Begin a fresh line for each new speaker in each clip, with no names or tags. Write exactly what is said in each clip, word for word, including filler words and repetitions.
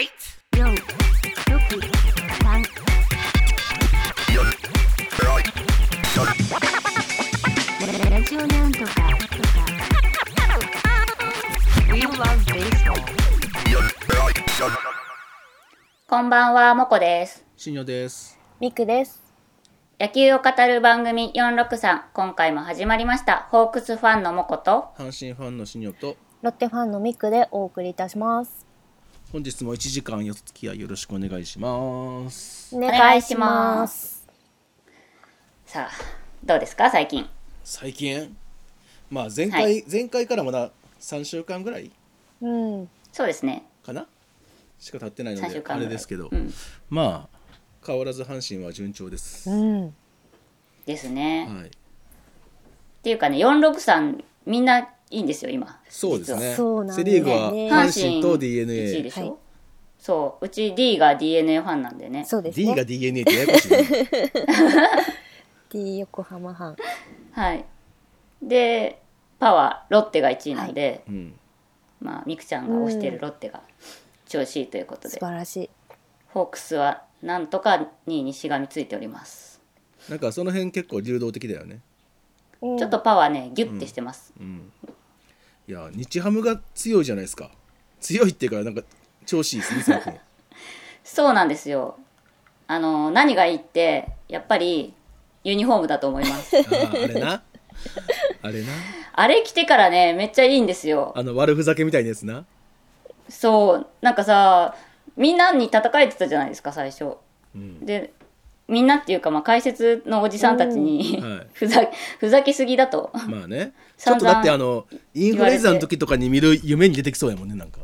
よん、ろく、さんラジオなんとかとか We love baseball。
こんばんは、もこです。
しんよです。
みくです。
野球を語る番組よんろくさん、今回も始まりました。ホークスファンのもこと
阪神ファンのしんよと
ロッテファンのみくでお送りいたします。
本日もいちじかんお付き合いよろしくお願いします。
お願いします。
さあ、どうですか最近。
最近まあ前回、はい、前回からまださんしゅうかんぐらい、
うん、
そうですね
かなしか経ってないのであれですけど、
うん、
まあ変わらず阪神は順調です、
うん、
ですね、
はい、
っていうかねよんろくさんみんないいんですよ今。
そうですね。
そうなんですね。
セリーグは阪神と ディーエヌエー
いちいでしょ、はい、そううち D が ディーエヌエー ファンなんでね。
そうですね。
D が ディーエヌエー ってややこしい、ね、
D 横浜ファン。
はいでパワーロッテがいちいなので、はい、
うん、
まあみくちゃんが推してるロッテが調子いいということで、
素晴らしい。
ホークスはなんとかにいにしがみついております。
なんかその辺結構流動的だよね、
うん、ちょっとパワーねギュッてしてます、
うんうん、いや日ハムが強いじゃないですか。強いっていうかなんか調子いいですね最近
そうなんですよ。あの何がいいってやっぱりユニフォームだと思います
あ, あれなあれな
あれ着てからねめっちゃいいんですよ。
あの悪ふざけみたいなやつな。
そうなんかさみんなに叩かれてたじゃないですか最初、うん、でみんなっていうか、まあ、解説のおじさんたちに、うんはい、ふざふざけすぎだと。
まあねちょっとだってあのインフルエンザの時とかに見る夢に出てきそうやもんねなんか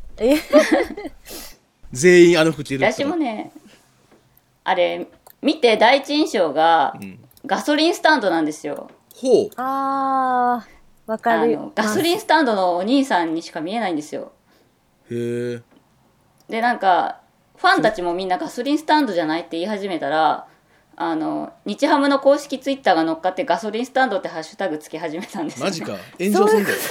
全員あの服着てる。
私もねあれ見て第一印象が、うん、ガソリンスタンドなんですよ。
ほう。
あーわかる。
あのガソリンスタンドのお兄さんにしか見えないんですよ。
へえ。
でなんかファンたちもみんなガソリンスタンドじゃないって言い始めたらあの日ハムの公式ツイッターが乗っかってガソリンスタンドってハッシュタグつけ始めたんですよ、ね、
マジか炎上すんだよ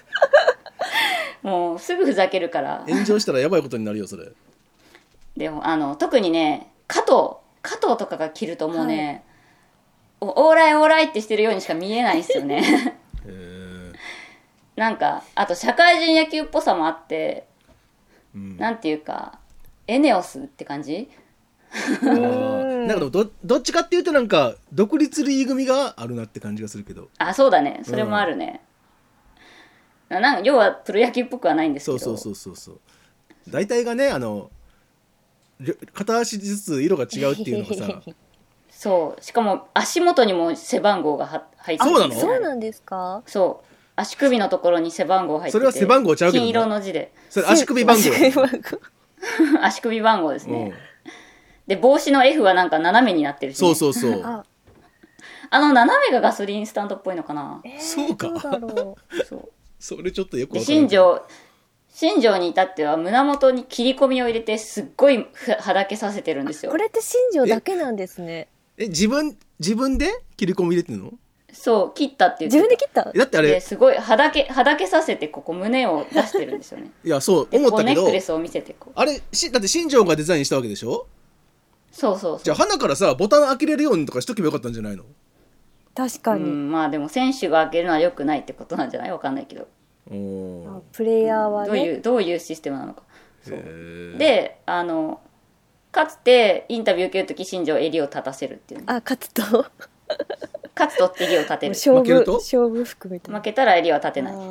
もうすぐふざけるから
炎上したらやばいことになるよそれ。
でもあの特にね加藤加藤とかが着るともうね、はい、オーライオーライってしてるようにしか見えないんですよね
へ
なんかあと社会人野球っぽさもあって、うん、なんていうかエネオスって感じ
あなんか ど, どっちかっていうとなんか独立リーグ組があるなって感じがするけど。
あそうだねそれもあるね、うん、なんか要はプロ野球っぽくはないんですけど。
そうそうそうそう大体がねあの片足ずつ色が違うっていうのがさ
そうしかも足元にも背番号が入ってる。
そうなの？
そうなんですか？
そう足首のところに背番号入ってて、
それは背番号ちゃうけど、ね、
金色の字で
それ足首番号
足首番号ですね、うん、で帽子の F はなんか斜めになってるし、
ね、そうそうそう
あ, あの斜めがガソリンスタンドっぽいのかな、
えー、そうか
どうだろう
そうそれちょっとよくわか
んない。新庄新庄に至っては胸元に切り込みを入れてすっごいはだけさせてるんですよ。
これって新庄だけなんですね。
ええ自分自分で切り込み入れてるの？
そう切ったって言ってた。
自分で切った？
だってあれ
すごいはだけはだけさせてここ胸を出してるんですよね
いやそう思ったけど
ネックレスを見せてこう
あれしだって新庄がデザインしたわけでしょ。
そうそうそう。
じゃあ鼻からさボタン開けれるようにとかしとけばよかったんじゃないの？
確かに、
うん、まあでも選手が開けるのは良くないってことなんじゃない？わかんないけど
お
プレイヤーはね
どういうどういうシステムなのか。そうであのかつてインタビュー受けるとき新庄襟を立たせるっていう、ね、
あ勝つと
勝つと襟を立てる。
勝負
負けると
勝負服みたいな。
負けたら襟は立てない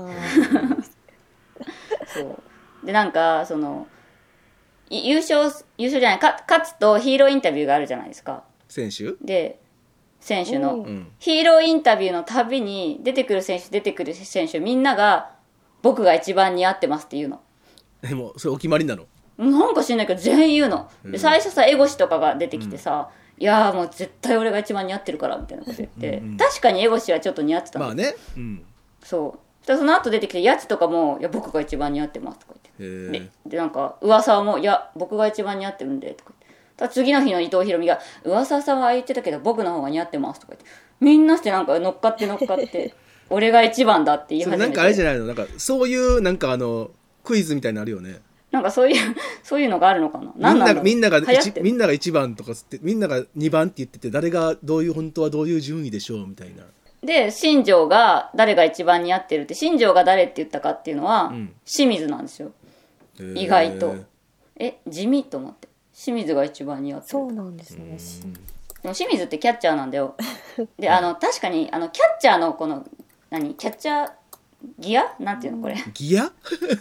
そうでなんかその優勝優勝じゃないか勝つとヒーローインタビューがあるじゃないですか
選手
で選手の、
うん、
ヒーローインタビューのたびに出てくる選手出てくる選手みんなが僕が一番似合ってますって言うの。
でもそれお決まりなの？
なんか知んないけど全員言うので最初さエゴシとかが出てきてさ、うん、いやもう絶対俺が一番似合ってるからみたいなこと言って、うんうん、確かにエゴシはちょっと似合ってたの。
まあね、うん、
そうその後出てきてやつとかもいや僕が一番似合ってますとか言ってででなんか噂もいや僕が一番似合ってるんでとか言ってただ次の日の伊藤大海が噂さんは言ってたけど僕の方が似合ってますとか言ってみんなしてなんか乗っかって乗っかって俺が一番だって言い始めて。
なんかあれじゃないのなんかそういうなんかあのクイズみたいなのあるよね。
なんかそういうそういうのがあるのかな。何なんだろう。
みんながみんなが
流行ってる
みんながいちばんとかつってみんながにばんって言ってて誰がどういう本当はどういう順位でしょうみたいな。
で新庄が誰が一番似合ってるって新庄が誰って言ったかっていうのは、
うん
清水なんですよ。意外とえ地味と思って清水が一番似合ってる。
そうなんですね。
でも清水ってキャッチャーなんだよ。であの確かにあのキャッチャーのこの何キャッチャーギアなんていうのこれ
ギア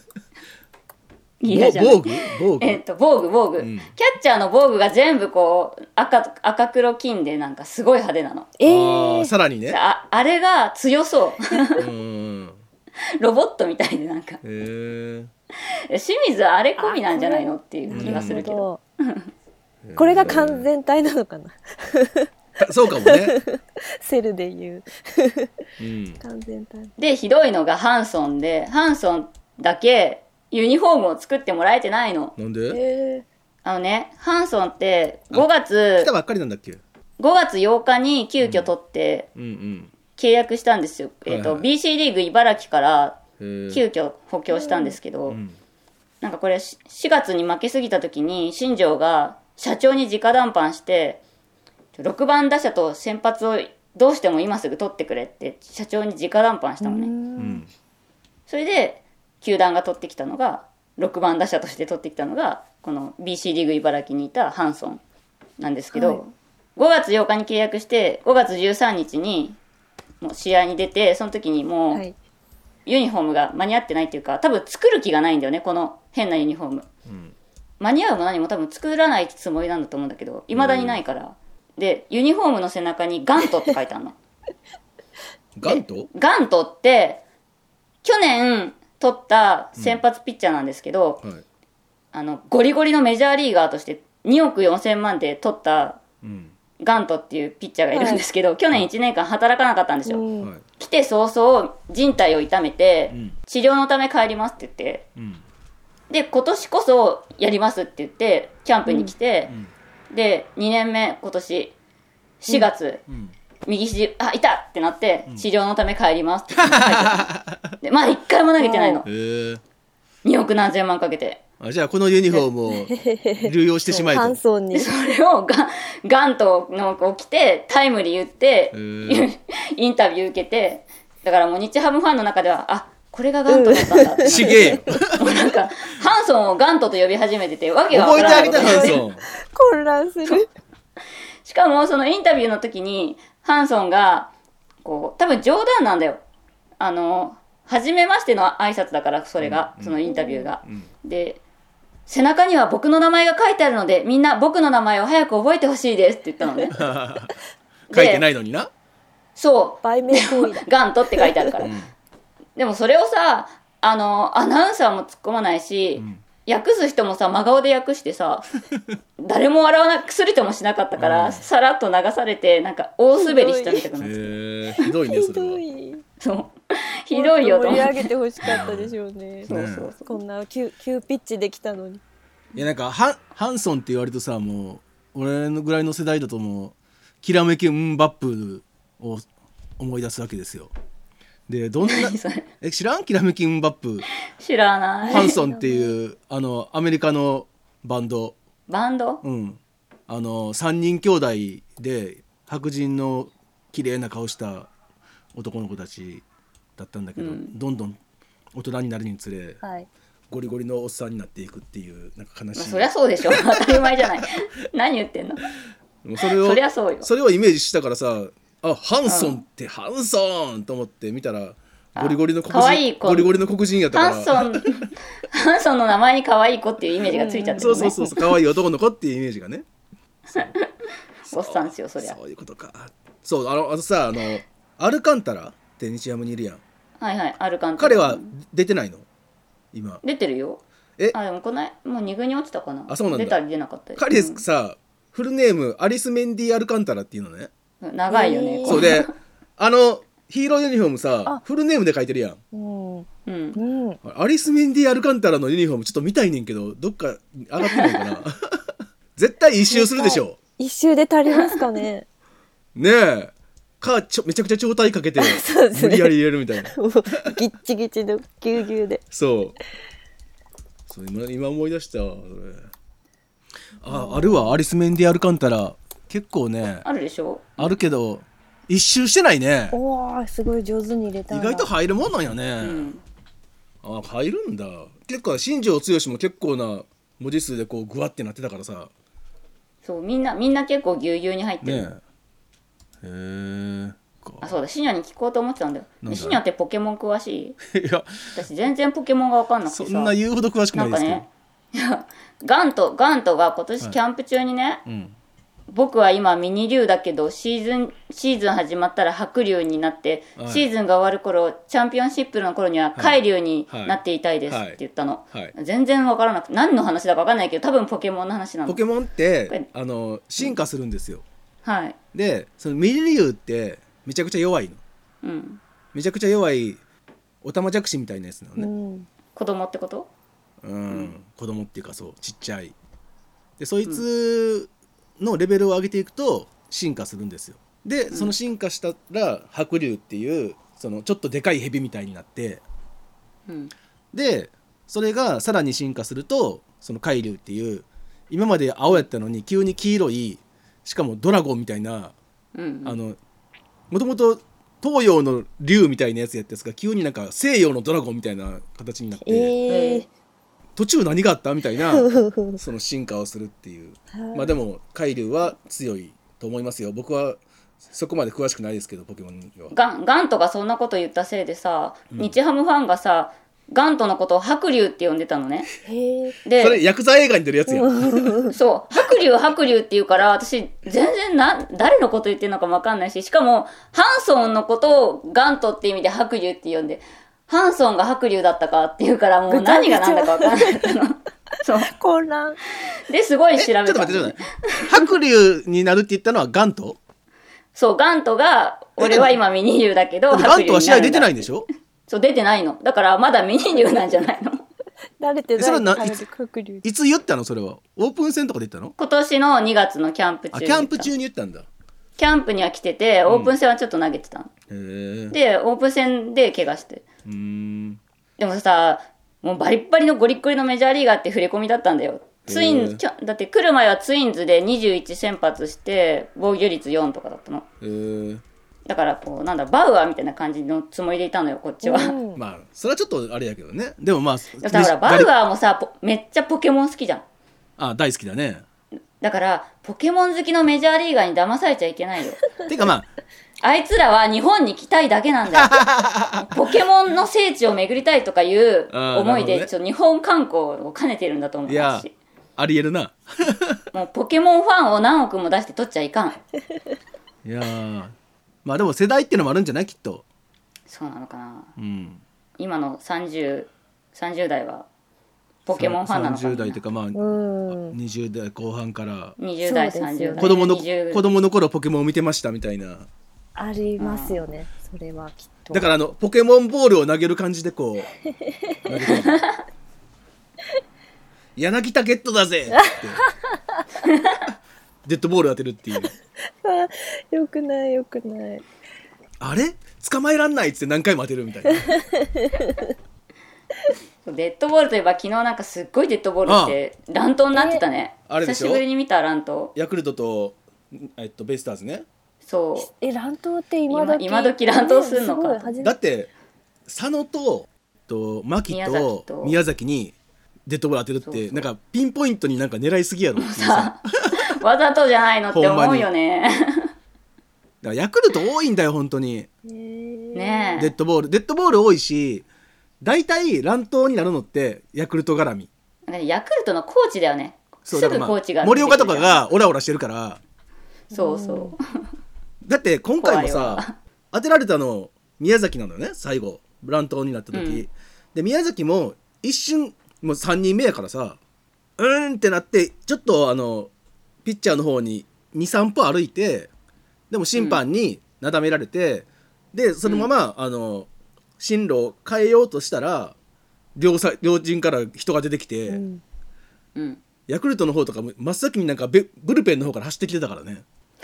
ギアじゃない
防具防具
えっと防具防具、
ん
キャッチャーの防具が全部こう 赤, 赤黒金でなんかすごい派手なの。
え
あ
ー
ー、さらにね
ああれが強そう
うん
ロボットみたいでなんか
へー
清水あれ込みなんじゃないのっていう気がするけど、
なるほどこれが完全体なのかな
そうかもね、
セルで言う
うん、
完全体。
でひどいのがハンソンでハンソンだけユニフォームを作ってもらえてないの。
なんで
え
あのねハンソンってごがつ
来たばっかりなんだっけ。
ごがつようかに急遽取って
うんうん
契約したんですよ、えっと
はいはい
ビーシー リーグ茨城から
へー
急遽補強したんですけど、
うん
なんかこれししがつに負けすぎた時に新庄が社長に直談判してろくばん打者と先発をどうしても今すぐ取ってくれって社長に直談判したのね。
うん
それで球団が取ってきたのがろくばん打者として取ってきたのがこの ビーシー リーグ茨城にいたハンソンなんですけど、
はい
ごがつようかに契約してごがつじゅうさんにちにもう試合に出てその時にもう、
はい。
ユニフォームが間に合ってないっていうか多分作る気がないんだよねこの変なユニフォーム、
うん
間に合うも何も多分作らないつもりなんだと思うんだけど未だにないから、でユニフォームの背中にガントって書いてあるの
ガント
ガントって去年取った先発ピッチャーなんですけど、
はい
あのゴリゴリのメジャーリーガーとしてにおくよんせんまんで取った
うん
ガントっていうピッチャーがいるんですけど、去年いちねんかん働かなかったんですよ、
うん
はい
来て早々靭帯を痛めて、
うん
治療のため帰りますって言って
うん
で今年こそやりますって言ってキャンプに来て、でにねんめ今年しがつ、
うん
右肘あ痛っってなって、治療のため帰りますって言って帰ってでまだいっかいも投げてないの、
へえ
におく何千万かけて
あじゃあこのユニフォームを流用してしまえと
ハンソンに。
でそれをガンガントの子来てタイムリー言って
へー
インタビュー受けてだからもう日ハムファンの中ではあこれがガントだったんだってなって
ちげえよ
もうなんかハンソンをガントと呼び始めててわけがわ
覚えて
からない
あげたハンソン
混乱する。
しかもそのインタビューの時にハンソンがこう多分冗談なんだよあの初めましての挨拶だからそれが、そのインタビューが、で背中には僕の名前が書いてあるのでみんな僕の名前を早く覚えてほしいですって言ったのね
書いてないのにな
そう
売名行為だ。
ガントって書いてあるから、でもそれをさあのアナウンサーも突っ込まないし、訳す人もさ真顔で訳してさ誰も笑わなくすりともしなかったから、
うん
さらっと流されてなんか大滑りしたみたくなって
へえひどいね
ひ
それは
どい。
そうひどいよと思って
もっと盛り上げてほしかったでしょうね。
そうそうそう
こんな急急ピッチできたのに。
いやなんかハンハンソンって言われるとさもう俺のぐらいの世代だともうきらめきンバップを思い出すわけですよでどんな
何それ
え知らんきらめきンバップ
知らない
ハンソンっていうあのアメリカのバンド
バンド
うんあのさんにん兄弟で白人の綺麗な顔した男の子たちだったんだけど、
うん
どんどん大人になるにつれ
はい。
ゴリゴリのおっさんになっていくっていうなんか悲しい、
まあ、そりゃそうでしょ当たり前じゃない何言ってんの
もうそれを
そりゃそうよ
それをイメージしたからさあハンソンってハンソンと思って見たらゴリゴリの黒人
可愛い子
ゴリゴリの黒人やったから
ハンソンハンソンの名前に可愛い子っていうイメージがついちゃってるね
そうそうそうそう可愛い男の子っていうイメージがね
おっさんですよそりゃ
そういうことかそうあのあとさあのアルカンタラって日ハムにいるやん
はいはいアルカンタ
彼は出てないの今
出てるよ
え
あでもこのもうに軍に落ちたかな
あそうなんだ
出たり出なかったり
彼さ、フルネームアリス・メンディ・アルカンタラっていうのね
うん長いよね、
へー
そうであのヒーローユニフォームさ
あ
フルネームで書いてるやん
うん。
うん
うん。
アリス・メンディ・アルカンタラのユニフォームちょっと見たいねんけどどっか上がってないかな絶対一周するでしょ
一周で足りますかね。
ねえかちょめちゃくちゃ超体かけて
そうですね
無理やり入れるみたいな
もうギッチギチのぎゅうぎゅうで。
そうそう 今, 今思い出したわそれ。ああるわアリス・メンディ・アルカンタラ結構ね
あるでしょ。
あるけど一周してないね。
おーすごい上手に入れた
意
な。
外と入るもんなんやね、
うん、
あ入るんだ。結構新庄剛志も結構な文字数でこうグワってなってたからさ
そうみんなみんな結構ぎゅうぎゅうに入ってる、
ねえへえ
あそうだシニョに聞こうと思ってたんだよ。
なんだ
シニョってポケモン詳しい？
いや
私全然ポケモンが分かんなくて
そ
さ。
んな言うほど詳しくないですけど、
なんかねいやガントガントが今年キャンプ中にね、
うん
僕は今ミニ竜だけどシーズンシーズン始まったら白竜になって、
はい
シーズンが終わる頃チャンピオンシップの頃には海竜になっていたいですって言ったの、
はい
全然分からなくて何の話だか分かんないけど多分ポケモンの話なの。
ポケモンって
これ
あの進化するんですよ、
はい、
でそのミニリュウってめちゃくちゃ弱いの
うん、
めちゃくちゃ弱いオタマジャクシみたいなやつなの
う
ね、
ん。
子供ってこと？
うん子供っていうかそうちっちゃいでそいつのレベルを上げていくと進化するんですよ。でその進化したら白竜っていうそのちょっとでかいヘビみたいになって、
うん、
でそれがさらに進化するとその海竜っていう今まで青やったのに急に黄色いしかもドラゴンみたいな、
うんうん、
あのもともと東洋の竜みたいなやつやったやつが急になんか西洋のドラゴンみたいな形になって、
えー、
途中何があったみたいなその進化をするっていうまあでも海竜は強いと思いますよ。僕はそこまで詳しくないですけどポケモンには
ガンガントがそんなこと言ったせいでさ、うん、日ハムファンがさガントのことを白竜って呼んでたのね。
へ
で
それヤクザ映画に出るやつやん
そう白竜白竜って言うから私全然な誰のこと言ってるのかも分かんないし、しかもハンソンのことをガントって意味で白竜って呼んでハンソンが白竜だったかって言うからもう何が何だか分かんないったのそう
混乱
ですごい調べた。
ちょっと待ってちょっと待って白竜になるって言ったのはガント？
そうガントが俺は今ミニ竜だけど
ガントは試合出てないんでしょ？
そう出てないのだからまだミニ竜なんじゃないの
慣れてない。
それはな
慣れて確率
いつ言ったのそれはオープン戦とかで言ったの？
今年のにがつのキャンプ中
あキャンプ中に言ったんだ。
キャンプには来ててオープン戦はちょっと投げてたの、
うん、へえ
でオープン戦で怪我して
うーん
でもさもうバリッバリのゴリッゴリのメジャーリーガーって触れ込みだったんだよ。ツインズだって来る前はツインズでにじゅういち先発して防御率よんとかだったの。
へえ
だからこうなんだバウアーみたいな感じのつもりでいたのよこっちは、うん、
まあそれはちょっとあれやけどね。でもまあ
だからバウアーもさめっちゃポケモン好きじゃん。
あ大好きだね。
だからポケモン好きのメジャーリーガーに騙されちゃいけないよ
てかまあ
あいつらは日本に来たいだけなんだよポケモンの聖地を巡りたいとかいう思いで、ね、ちょっと日本観光を兼ねてるんだと思う。
いやありえるな
もうポケモンファンを何億も出して取っちゃいかん。
いやーまあでも世代ってのもあるんじゃないきっと。
そうなのかな、
うん、
今のさんじゅう、さんじゅう代はポケモンファンなのかな。
さんじゅう代というかまあにじゅう代後半から
にじゅう代さんじゅう代
子供の子供の頃ポケモンを見てましたみたいな
ありますよね。それはきっと
だからあのポケモンボールを投げる感じでこう投げてる柳田ゲットだぜってデッドボール当てるっていう
あよくないよくない。
あれ捕まえらんないっつって何回も当てるみたいな
デッドボールといえば昨日なんかすっごいデッドボールって乱闘になってたね。
あれでしょ
久しぶりに見た乱闘。
ヤクルトと、えっと、ベイスターズね。
そう
え乱闘って今時
今時乱闘するのか、
ね、
だって佐野とと牧と宮崎にデッドボール当てるってそうそうなんかピンポイントになんか狙いすぎやろっていうさ
わざとじゃないのって思うよね
だからヤクルト多いんだよ本当に
ねえ。
デッドボールデッドボール多いし大体乱闘になるのってヤクルト絡み。
ヤクルトのコーチだよね。
そう
すぐコーチが、
まあ、森岡とかがオラオラしてるから
そうそう
だって今回もさ当てられたの宮崎なのよね最後乱闘になった時、うん、で宮崎も一瞬もうさんにんめやからさうーんってなってちょっとあのピッチャーの方に にさん 歩歩いてでも審判になだめられて、うん、でそのまま、うん、あの進路を変えようとしたら 両, さ両陣から人が出てきて、
うん
うん、
ヤクルトの方とか真っ先になんかブルペンの方から走ってきてたからね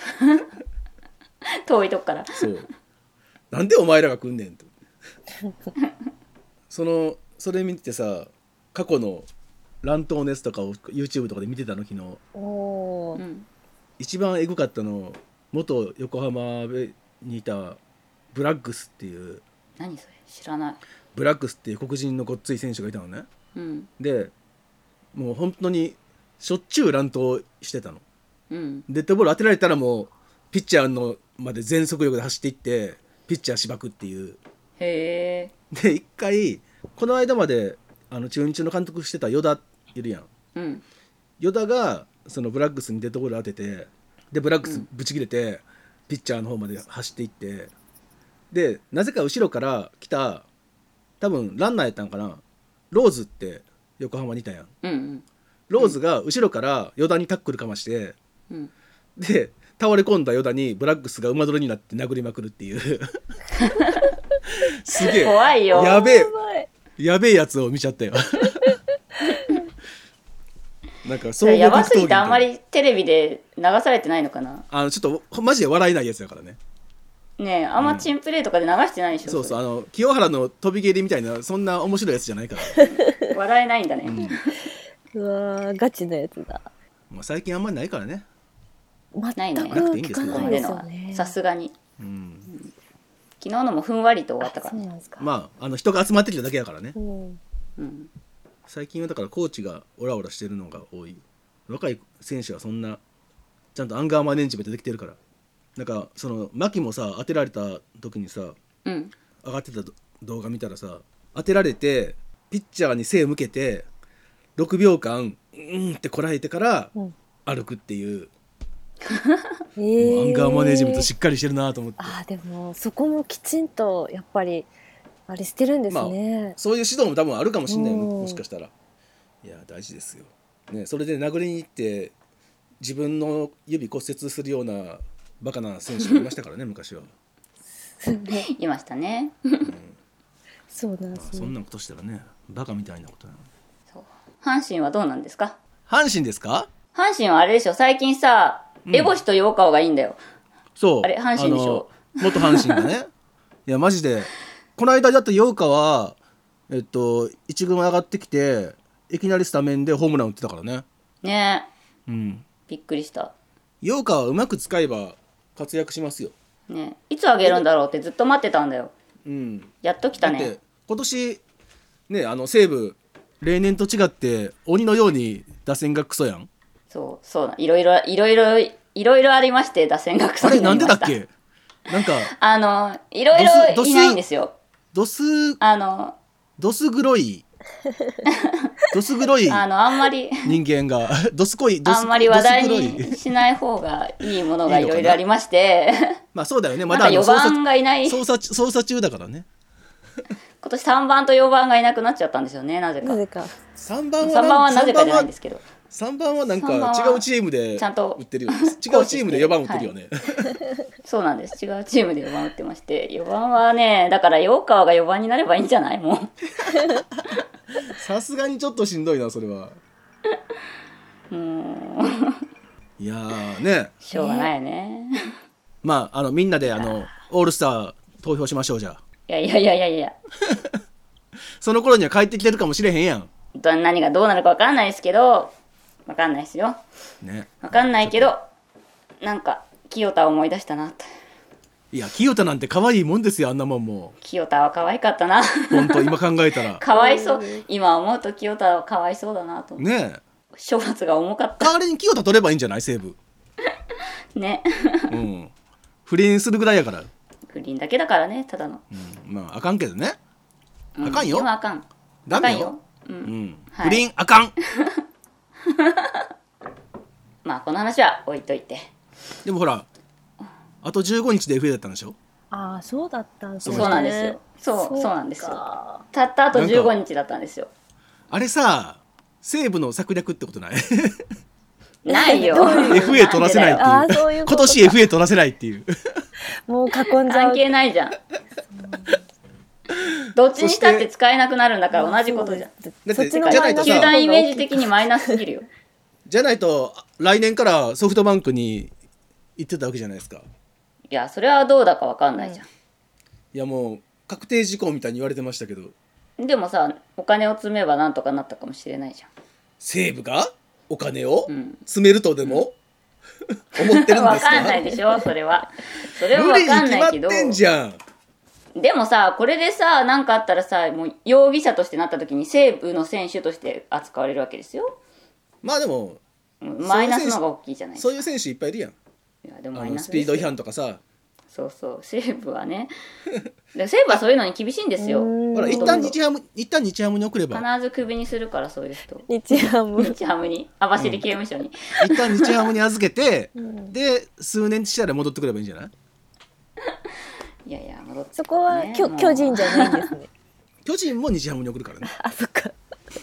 遠いとこから
そうなんでお前らが来んねんとそのそれ見てさ過去の乱闘熱とかを YouTube とかで見てたの昨日。
おー、
うん
一番エグかったの元横浜にいたブラックスっていう
何それ知らない。
ブラックスっていう黒人のごっつい選手がいたのね。
うん
でもう本当にしょっちゅう乱闘してたの。
うん
デッドボール当てられたらもうピッチャーのまで全速力で走っていってピッチャーしばくっていう。
へえ。
で一回この間まであの中日の監督してた与田いるやん。
うん
与田がそのブラックスにデッドボール当てて、でブラックスぶち切れて、ピッチャーの方まで走っていって、でなぜか後ろから来た多分ランナーやったんかな、ローズって横浜にいたやん。
うんうん
ローズが後ろから与田にタックルかまして、
うん
で倒れ込んだ与田にブラックスが馬乗りになって殴りまくるっていうすげえ
怖いよ。
やべえ
やばい。
やべえやつを見ちゃったよなんか総合
やば
格闘技みたいな
すぎてあんまりテレビで流されてないのかな。
あのちょっとマジで笑えないやつだからね。
ねえあんまチンプレーとかで流してないでしょ。
そうそう、あの清原の飛び蹴りみたいなそんな面白いやつじゃないから
れ笑えないんだね、
うわー、ガチのやつだ。
もう最近あんまりないからね。
ないね
全く聞かないですよね。
さすがに
うん
昨日のもふんわりと終わったか
そう
ら。
なんですか。
まああの人が集まってきただけだからね。
うん。
うん
最近はだからコーチがオラオラしてるのが多い。若い選手はそんなちゃんとアンガーマネージメントできてるから。なんかその牧もさ当てられた時にさ
うん
上がってた動画見たらさ、当てられてピッチャーに背向けてろくびょうかんうんってこらえてから
うん
歩くっていう、
え
もう
ー、
アンガーマネージメントしっかりしてるなと思って。
あーでもそこもきちんとやっぱりあれしてるんですね。
そういう指導も多分あるかもしれないよ、
うん
もしかしたら。いや大事ですよ、ね、それで殴りに行って自分の指骨折するようなバカな選手もいましたからね昔は。
いましたね
そうなんですね。
そんなことしたらねバカみたいなことなの。
そう阪神はどうなんですか。
阪神ですか。
阪神はあれでしょ最近さ、
うん
エボシと陽川がいいんだよ。
そう
あれ阪神でしょ。
あの元阪神がねいやマジでこの間だって陽川はえっと一軍上がってきていきなりスタメンでホームラン打ってたからね。
ねえ
うん
びっくりした
陽川はうまく使えば活躍しますよ。
ねえいつあげるんだろうってずっと待ってたんだよ。
うん
やっと来たね
だって今年ねあの西武例年と違って鬼のように打線がクソやん。
そうそうないろいろいろいろいろいろありまして打線がクソ
あれ
になりました。
なんでだっけ。なんか
あのいろい
ドス
ろいないんですよ。
ドス
あの
ドス黒いドス黒い
あのあんまり
人間がドスコイドス
あんまり話題
ドス黒い
にしない方がいいものがいろいろありまして
まあそうだよねま
なんかよんば
だあの捜査
んがいない
捜査捜査中だからね。
今年さんばんとよんばんがいなくなっちゃったんですよねなぜか。
なぜか。
さんばんは
さんばんはなぜかじゃないんですけど
さんばんはなんか
さんばんは
違うチームで
ちゃんと
売ってるよね。違うチームでよんばん売ってるよね、
そうなんです違うチームでよんばん打ってましてよんばんはねだから陽川がよんばんになればいいんじゃないもう
さすがにちょっとしんどいなそれは。
うーん
いやーね
しょうがないね
まああのみんなであのオールスター投票しましょう。じゃあ
いやいやいやいやいや
その頃には帰ってきてるかもしれへんやん
ど何がどうなるか分かんないですけど分かんないですよ
ね。
分かんないけどなんか清田を思い出したなと。
いや清田なんて可愛いもんですよあんなもんも
清田は可愛かったな
ほんと今考えたら
かわいそう今思うと清田はかわいそうだなと
ねえ
処罰が重かった
代わりに清田取ればいいんじゃない西武。
ね
うん不倫するぐらいやから、
不倫だけだからねただの
うん、まああかんけどね。
うん
あかんよ
でもあかん
ダメよ
あかんよう
うんん、
はい
不倫あかん。
まあこの話は置いといて
でもほらあとじゅうごにちで エフエー だったんでしょ。
ああそうだったんですね。
そうなんですよそう
か
そうなんですよたったあとじゅうごにちだったんですよ
あれさ西武の策略ってことない
ないよ
エフエー 取らせないっていう
あーそういうことか
今年 エフエー 取らせないっていう
もう囲んじゃ
関
う。
係ないじゃんどっちにしたって使えなくなるんだから同じことじゃん
そう
だって
そっちの
じゃないとさ
球団イメージ的にマイナスすぎるよ
じゃないと来年からソフトバンクに行ってたわけじゃないですか。
いやそれはどうだか分かんないじゃん、
いやもう確定事項みたいに言われてましたけど
でもさお金を積めばなんとかなったかもしれないじゃん。
西武がお金を
うん
詰めるとでも、うん、思ってるん
わ
ですか？
かんないでしょそれは。それは
無
わ
理に決まっ
かんないけど。
てんじゃん。
でもさ、これでさ、なんかあったらさ、もう容疑者としてなった時に西武の選手として扱われるわけですよ。
まあでも
マイナスの方が大きいじゃないですか。
そういう選手いっぱいいるやん。
いやでも
あ
マイナスですよ
のスピード違反とかさ、
そうそう西武はねで西武はそういうのに厳しいんですよ。
ほら一旦日ハム一旦日ハムに送れば、
必ずクビにするからそういう人。
日ハム
日ハムに網走刑務所に、
一旦日ハムに預けて、
ん
で数年したら戻ってくればいいんじゃない？
いやいや戻って
そこは、
ね
きょ
もう
巨人じゃないんですね。
巨人も日ハムに送るからね。
あ、そっか。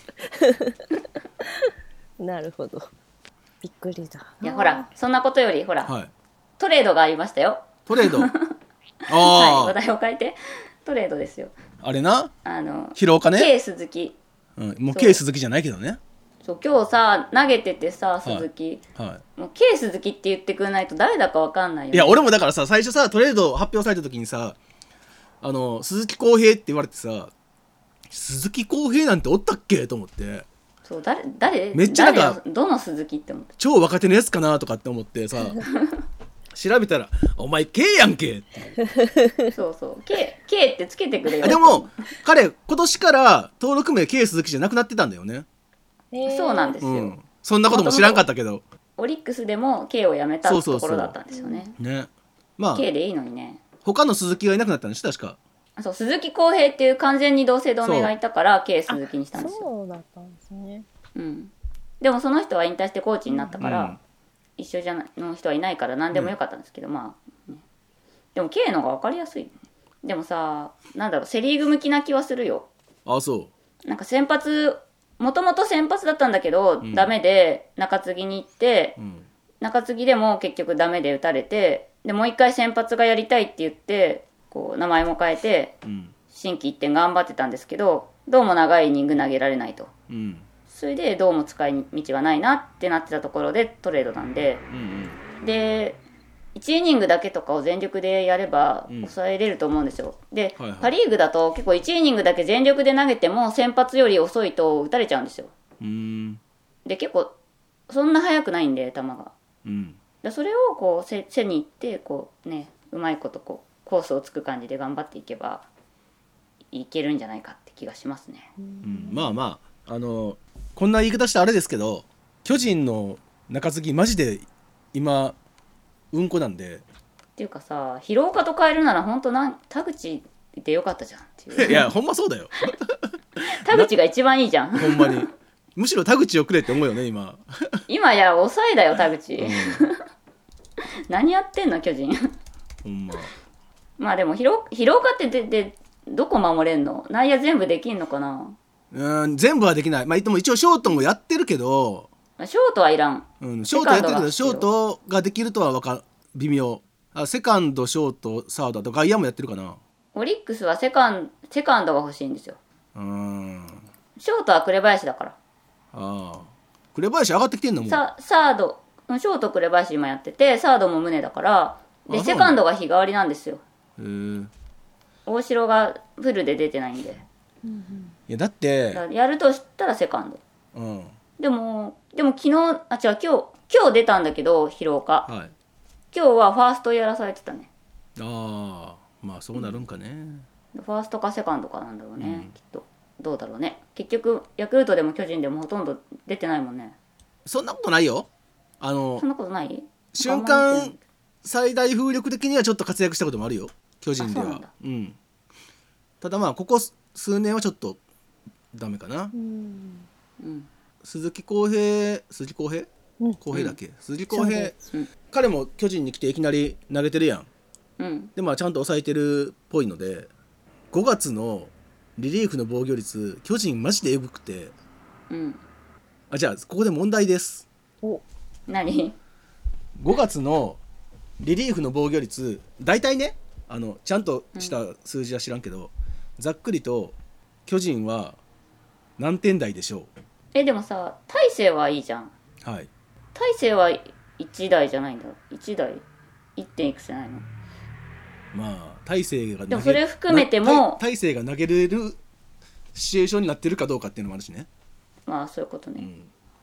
なるほど。びっくりだ。
いやほらそんなことよりほら、
はい。
トレードがありましたよ。
トレード。あ
はい、話
あ、
題を変えてトレードですよ。
あれな、
あの
広岡ね。
K 鈴木。
うん、もう
そう
K 鈴木じゃないけどね。
そう今日さ投げててさ鈴木、
は
もう K 鈴木って言ってくれないと誰だかわかんないよ、
い。いや俺もだからさ、最初さトレード発表された時にさ、あの鈴木康平って言われてさ、鈴木康平なんておったっけと思って、
そう誰誰
めっちゃなんか
誰のどの鈴木って思って
超若手のやつかなとかって思ってさ調べたらお前 K やんけって
そうそう K, K ってつけてくれよ。
あでも彼今年から登録名 K 鈴木じゃなくなってたんだよね。
そうなんですよ、
うん、そんなことも知らんかったけど
オリックスでも K をやめた
そうそうそう
ところだったんですよね。
ね。まあ
K でいいのにね。
他の鈴木がいなくなったんでしょ確か。
そう鈴木康平っていう完全に同姓同名がいたから K 鈴木にしたんですよ。
そうだったんですね。
うん、でもその人は引退してコーチになったから、
うん
一緒じゃないの人はいないから何でもよかったんですけど、まあ、ね、でも K の方が分かりやすい。でもさなんだろうセリーグ向きな気はするよ。
あそ
なんか先発もともと先発だったんだけど、
うん
ダメで中継ぎに行って、
う、うん
中継ぎでも結局ダメで打たれて、でもう一回先発がやりたいって言ってこう名前も変えて
うん
心機一転頑張ってたんですけど、どうも長いイニング投げられないと。
うん
それでどうも使い道がないなってなってたところでトレードなんで、
うん
でいちイニングだけとかを全力でやれば
うん
抑えれると思うんですよ。で、
はいはい
パ・リーグだと結構いちイニングだけ全力で投げても先発より遅いと打たれちゃうんですよ。
うんうん
で結構そんな速くないんで球が。
うん
でそれをこう背背に行ってこうねうまいことこうコースをつく感じで頑張っていけばいけるんじゃないかって気がしますね。
うんまあまああのこんな言い方してあれですけど、巨人の中継ぎマジで今うんこなんで
っていうかさ広岡と変えるなら本当なん田口でよかったじゃんっていう。
いやほんまそうだよ
田口が一番いいじゃん。
ほんまにむしろ田口をくれって思うよね今、
今や抑えだよ田口、
うん、
何やってんの巨人
ほんま
まあでも広広岡ってででどこ守れんの？内野全部できんのかな？
うん全部はできない。まあでも一応ショートもやってるけど、
ショートはいらん。
うん、ショートやってるけどシ
セカンドが必要
ョートができるとはわか微妙。あセカンドショートサードあと外野もやってるかな。
オリックスはセカンセカンドが欲しいんですよ。
うん
ショートは紅林だから。
ああ紅林上がってきてんのもう。
さサードショート紅林今やっててサードも宗だからで
あそう
セカンドが日替わりなんですよ。
へえ
大城がフルで出てないんで、
いやだっ
だ
て
からやるとしたらセカンド。
うん
でもでも昨日あ違う今日今日出たんだけど広岡、
はい
今日はファーストやらされてたね。
ああまあそうなるんかね。
ファーストかセカンドかなんだろうね、
うん
きっと。どうだろうね。結局ヤクルトでも巨人でもほとんど出てないもんね。
そんなことないよ。あの
そんなことない？
瞬
あんま見て
間最大風力的にはちょっと活躍したこともあるよ巨人では
あそうなんだ。
うんただまあここ数年はちょっとダメかな。
うん。
うん
鈴木康平鈴木康平
うん
康平だっけ、鈴木康平、
うん
彼も巨人に来ていきなり投げてるやん。
うん
でまあちゃんと抑えてるっぽいのでごがつのリリーフの防御率巨人マジでエグくて、
うん
あじゃあここで問題です。
お、
何？
ごがつのリリーフの防御率大体ねあのちゃんとした数字は知らんけど、ざっくりと巨人は何点台でしょ
えでもさ大勢はいいじゃん。
う。はい
大勢はいち台じゃないんだ。いち台 いってんいくつじゃないの？
まあ大勢が投げ
でもそれ含めても
な大大勢が投げれるシチュエーションになってるかどうかっていうのもあるしね。
まあそういうことね。
うん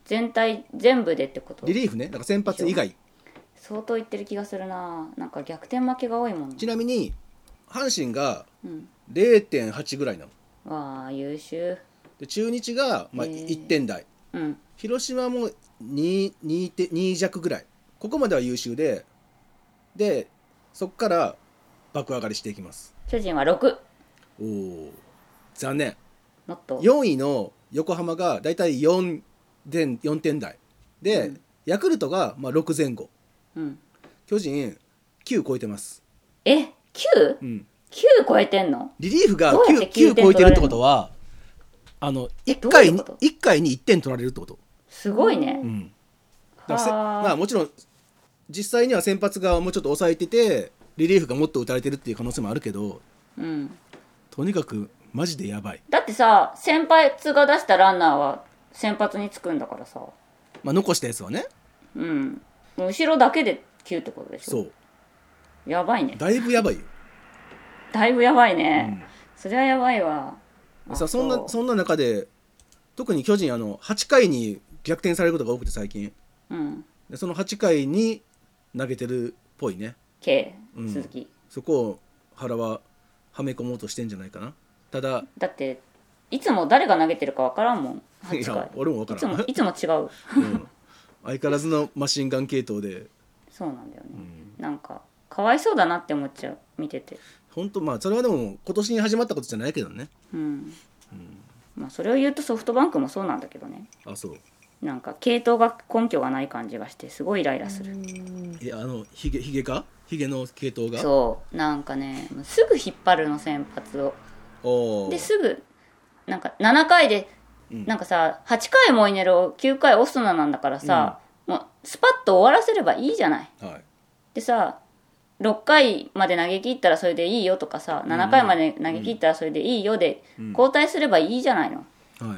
全体全部でってこと？
リリーフね、だから先発以外。
相当いってる気がするな。なんか逆転負けが多いもん。
ちなみに阪神が
うん、
れいてんはち ぐらいなの。
わあ優秀。
で中日がまあ
へー
いってん台、
うん。
広島も に, に, てに弱ぐらい、ここまでは優秀で、でそこから爆上がりしていきます。
巨人はろく。
おお残念。
もっと。
よんいの横浜がだいたいよんてん台で、
うん、
ヤクルトがまあろくぜん後、
うん、
巨人きゅう超えてます。
え きゅう?、
うん、
きゅう 超えてんの？
リリーフが きゅう,
きゅう
超えてるってことはあのいっかいにいっかいにいってん取られるってこと。
すごいね。
うん、だからまあもちろん実際には先発がもうちょっと抑えててリリーフがもっと打たれてるっていう可能性もあるけど、
うん、
とにかくマジでやばい。
だってさ先発が出したランナーは先発につくんだからさ、
まあ残したやつはね、
うん、後ろだけできゅうってことでしょ。
そう
やばいね。
だいぶやばいよ。
だいぶやばいね、うん、そりゃやばいわ。
さそんなそんな中で特に巨人あのはちかいに逆転されることが多くて最近、
うん、
でそのはちかいに投げてるっぽいね。
K、
うん、
鈴木。
そこを原ははめ込もうとしてんじゃないかな。ただ
だっていつも誰が投げてるか分からんもん。はちかい。
いや俺も分からん。
いつもいつも違う、
うん、相変わらずのマシンガン系統で。
そうなんだよね、
うん、
なんかかわいそうだなって思っちゃう見てて。
本当まあそれはでも今年に始まったことじゃないけどね。
うん、うん、
ま
あそれを言うとソフトバンクもそうなんだけどね。
あそう。
なんか系統が根拠がない感じがしてすごいイライラする。
いやあのヒゲヒゲかヒゲの系統が
そうなんかねすぐ引っ張るの先発を。
お
ですぐなんかななかいで、うん、なんかさはちかいモイネロきゅうかいオスナなんだからさ、うん、もうスパッと終わらせればいいじゃない、はい、でさろっかいまで投げ切ったらそれでいいよとかさななかいまで投げ切ったらそれでいいよで、うん、交代すればいいじゃないの、はい、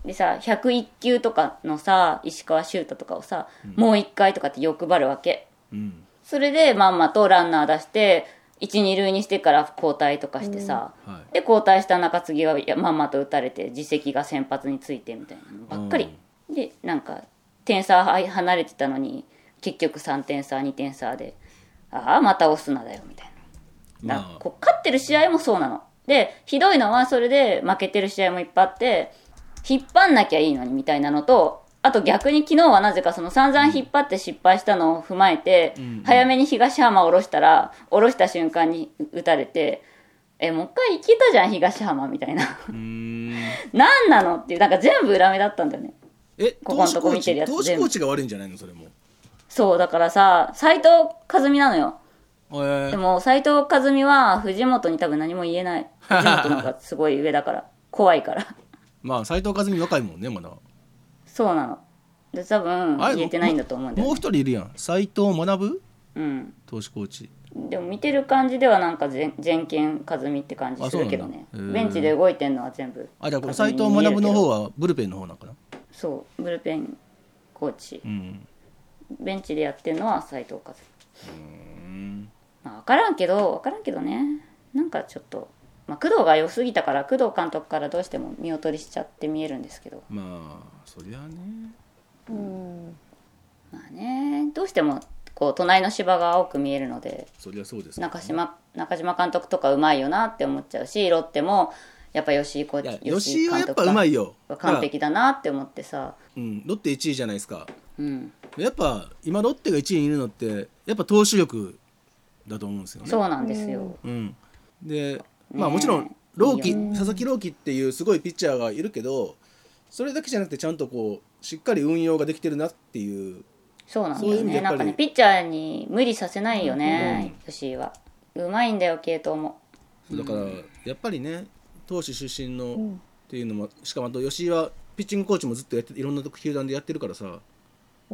でさひゃくいっきゅうとかのさ石川柊太とかをさ、うん、もういっかいとかって欲張るわけ、うん、それでまんまとランナー出していち、に塁にしてから交代とかしてさ、うんはい、で交代した中継ぎはまんまと打たれて実績が先発についてみたいなのばっかり、うん、でなんか点差離れてたのに結局さんてん差にてん差でああまたオスナだよみたいな、まあ、こう勝ってる試合もそうなのでひどいのはそれで負けてる試合もいっぱいあって引っ張んなきゃいいのにみたいなのとあと逆に昨日はなぜかその散々引っ張って失敗したのを踏まえて、うん、早めに東浜下ろしたら下ろした瞬間に打たれてえもう一回行けたじゃん東浜みたいなうーん何なのっていうなんか全部裏目だったんだよね。
え
ここのとこ見てるやつ
投手コーチが悪いんじゃないのそれも。
そうだからさ斉藤和美なのよ、えー、でも斉藤和美は藤本に多分何も言えない藤本の方がすごい上だから怖いから
まあ斉藤和美若いもんねまだ。
そうなので多分言えてないんだと思うんだよ、ね、
もう一人いるやん斉藤学
うん
投手コーチ。
でも見てる感じではなんか全権和美って感じするけどね。ベンチで動いてんのは全部
あじゃあ斉藤学の方はブルペンの方なんかな。
そうブルペンコーチ、うん、ベンチでやってるのは斉藤和美。うん、まあ、分からんけど分からんけどねなんかちょっと、まあ、工藤が良すぎたから工藤監督からどうしても見劣りしちゃって見えるんですけど
まあそりゃね
うんまあねどうしてもこう隣の芝が青く見えるので
そりゃそうです、ね、
中島中島監督とかうまいよなって思っちゃうしロッテもやっぱ吉井コーチ
吉井はやっぱうまいよ
完璧だなって思ってさ、
うん、ロッテいちいじゃないですか、
うん、
やっぱ今ロッテがいちいにいるのってやっぱ投手力だと思うんですよね。
そうなんですよ、
うん、でまあもちろん朗希佐々木朗希っていうすごいピッチャーがいるけどそれだけじゃなくてちゃんとこうしっかり運用ができてるなっていう
そうなんだよね。なんかねピッチャーに無理させないよね、うん、吉井はうまいんだよ系統も。
だからやっぱりね投手出身のっていうのもしかもあと吉井はピッチングコーチもずっとやっていろんな球団でやってるからさ、うん、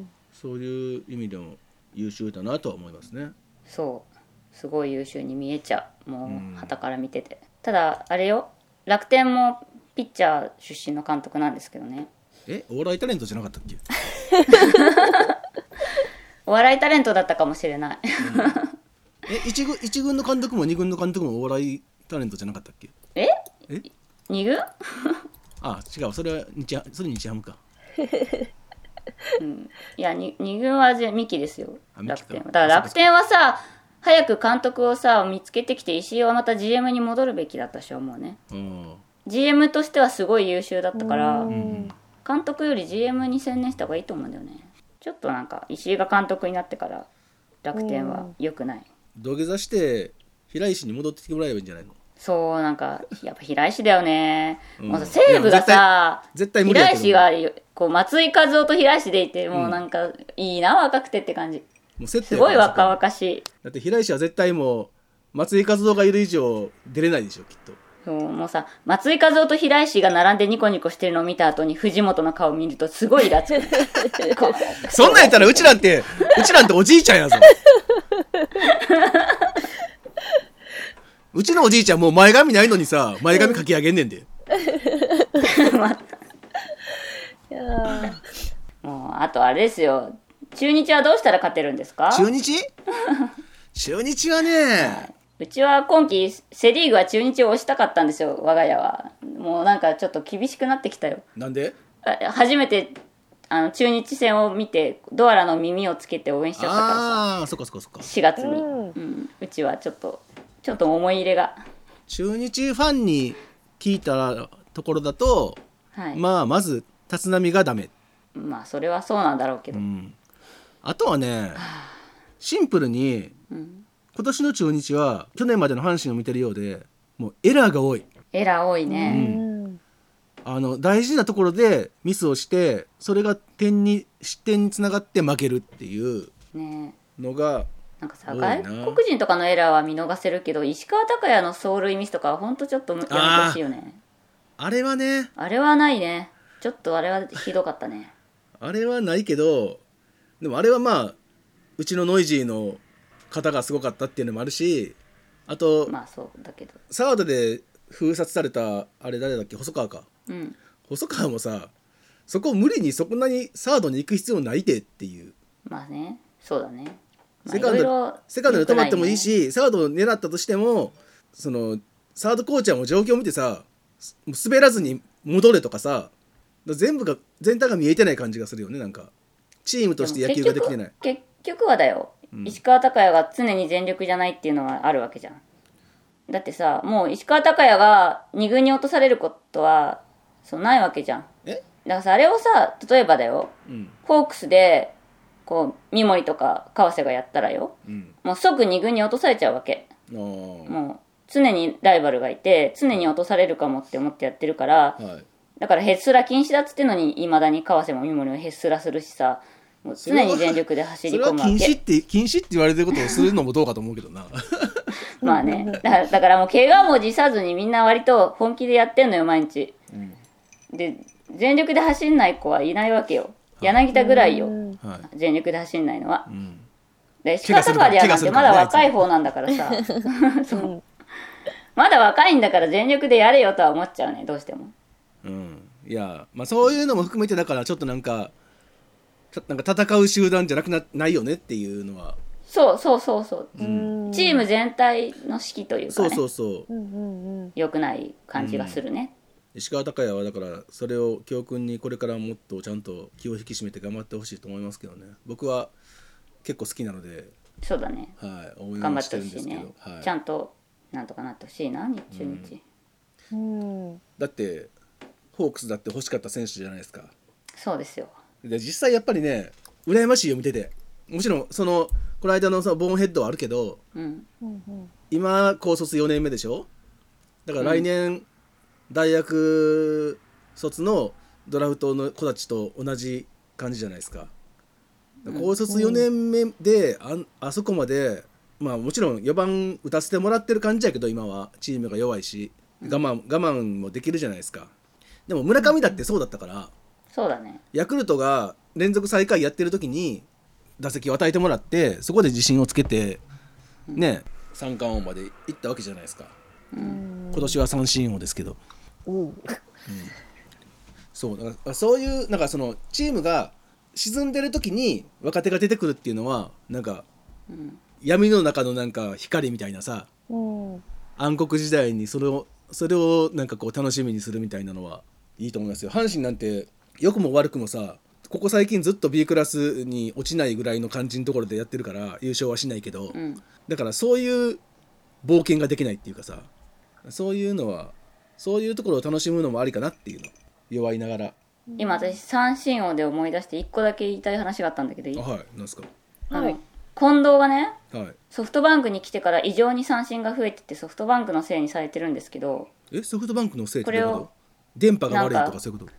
そういう意味でも優秀だなとは思いますね。
そうすごい優秀に見えちゃうもう旗から見てて。ただあれよ楽天もピッチャー出身の監督なんですけどね。
えお笑いタレントじゃなかったっけ
お笑いタレントだったかもしれない、うん、
え 1, 軍いち軍の監督もに軍の監督もお笑いタレントじゃなかったっけ。
ええに軍
あ違うそれは日それ日ハムか
うん、いやにに軍はミキですよ、
あミキか
楽天は。だから楽天はさ早く監督をさ見つけてきて、石井はまた ジーエム に戻るべきだったし思うね。
うん
ジーエム としてはすごい優秀だったから
うん
監督より ジーエム に専念した方がいいと思うんだよね。ちょっとなんか石井が監督になってから楽天は良くない。
土下座して平石に戻ってきてもらえばいいんじゃないの。
そうなんかやっぱ平石だよね、
うん
もうさ西武がさ
絶対絶対無理やけど
平石がこう松井稼頭と平石でいてもうなんかいいな若くてって感じ。
もう設定
すごい若
か
々しい。
だって平石は絶対もう松井稼頭がいる以上出れないでしょきっと。
そうもうさ松井稼頭と平石が並んでニコニコしてるのを見た後に藤本の顔見るとすごいイラつくこう
そんなんやったらうちなんてうちなんておじいちゃんやぞうちのおじいちゃんもう前髪ないのにさ前髪かき上げんねんで
いやー
もうあとあれですよ、中日はどうしたら勝てるんですか？
中日中日はね
うちは今季セリーグは中日を推したかったんですよ我が家は。もうなんかちょっと厳しくなってきたよ。
なんで
あ初めてあの中日戦を見てドアラの耳をつけて応援しちゃったからさ
ああーそっかそっかそっか。
しがつに、
うん
うんうちはちょっとちょっと思い入れが
中日ファンに聞いたところだと、
はい、
まあまず立浪がダメ、
まあそれはそうなんだろうけど、
うん、あとはねシンプルに
うん、
今年の中日は去年までの阪神を見てるようでもうエラーが多い。
エラー多いね、
うん
あの大事なところでミスをしてそれが点に失点につながって負けるっていう
ね
のが
なんかさ
多いな
外国人とかのエラーは見逃せるけど石川昂弥の走塁ミスとかはほんとちょっとやめてほしいよね。
あれはね
あれはないね。ちょっとあれはひどかったね。
あれはないけどでもあれはまあうちのノイジーの方がすごかったっていうのもあるし、あと、
まあそうだけど、
サードで封殺されたあれ誰だっけ細川か
うん
細川もさそこ無理にそんなにサードに行く必要ないでっていう、
まあねそうだね、まあ、
セカンド
いろいろ
セカンドで止まってもいいし、
良
サードを狙ったとしてもそのサードコーチはもう状況を見てさもう滑らずに戻れとかさ全部が全体が見えてない感じがするよね。なんかチームとして野球ができてない。
結局、結局はだよ、
うん
石川昂弥が常に全力じゃないっていうのはあるわけじゃん。だってさもう石川昂弥がに軍に落とされることはそうないわけじゃん。
え
だからさあれをさ例えばだよ
うん
ホークスでこう三森とか川瀬がやったらよ
うん
もう即に軍に落とされちゃうわけ。
あー
もう常にライバルがいて常に落とされるかもって思ってやってるから
はい
だからヘッスラ禁止だっつってんのにいまだに川瀬も三森もヘッスラするしさもう常に全力で走り込むわ
それは禁止っ
け。
て禁止って言われてることをするのもどうかと思うけどな
まあねだからだからもう怪我も辞さずにみんな割と本気でやってんのよ毎日、
うん
で全力で走んない子はいないわけよ。柳田ぐらいよ
うん
はい
全力で走んないのは。
うん
で石川昂弥なんてまだ若い方なんだからさそうまだ若いんだから全力でやれよとは思っちゃうねどうしても。
うんいやまあそういうのも含めてだからちょっとなんかちょっとなんか戦う集団じゃなくなないよねっていうのは
そうそうそうそう、
うん
チーム全体の指揮というかね
そうそうそう
うんうんうん
良くない感じがするね、
石川昂弥はだからそれを教訓にこれからもっとちゃんと気を引き締めて頑張ってほしいと思いますけどね。僕は結構好きなので、
そうだね
はい、応
頑張っ
援してて
ほしいね
るんですけど、、はい
ちゃんとなんとかなってほしいな日中日、
うん
だってホークスだって欲しかった選手じゃないですか。
そうですよ。
で実際やっぱりね羨ましいよ見てて。もちろんそのこの間のさボーンヘッドはあるけど
うん
うんうん
今高卒よねんめでしょ。だから来年大学卒のドラフトの子たちと同じ感じじゃないですか。高卒よねんめで あ, あそこまでまあもちろんよばん打たせてもらってる感じやけど今はチームが弱いし我慢我慢もできるじゃないですか。でも村上だってそうだったから
そうだね
ヤクルトが連続最下位やってる時に打席を与えてもらってそこで自信をつけてね三冠王まで行ったわけじゃないですか。今年は三振王ですけど、
おう
そうだからそういうなんかそのチームが沈んでる時に若手が出てくるっていうのはなんか
うん
闇の中のなんか光みたいなさ
うん
暗黒時代にそれをそれをなんかこう楽しみにするみたいなのはいいと思いますよ。阪神なんて良くも悪くもさここ最近ずっと B クラスに落ちないぐらいの感じのところでやってるから優勝はしないけど、
うん、
だからそういう冒険ができないっていうかさそういうのはそういうところを楽しむのもありかなっていうの弱いながら
今私三振王で思い出して一個だけ言いたい話があったんだけどいい？
あはいなんですか
あの、
はい
近藤がね
はい
ソフトバンクに来てから異常に三振が増えててソフトバンクのせいにされてるんですけど
えソフトバンクのせいって
これを
どういうこと電波が悪いとかそういうこと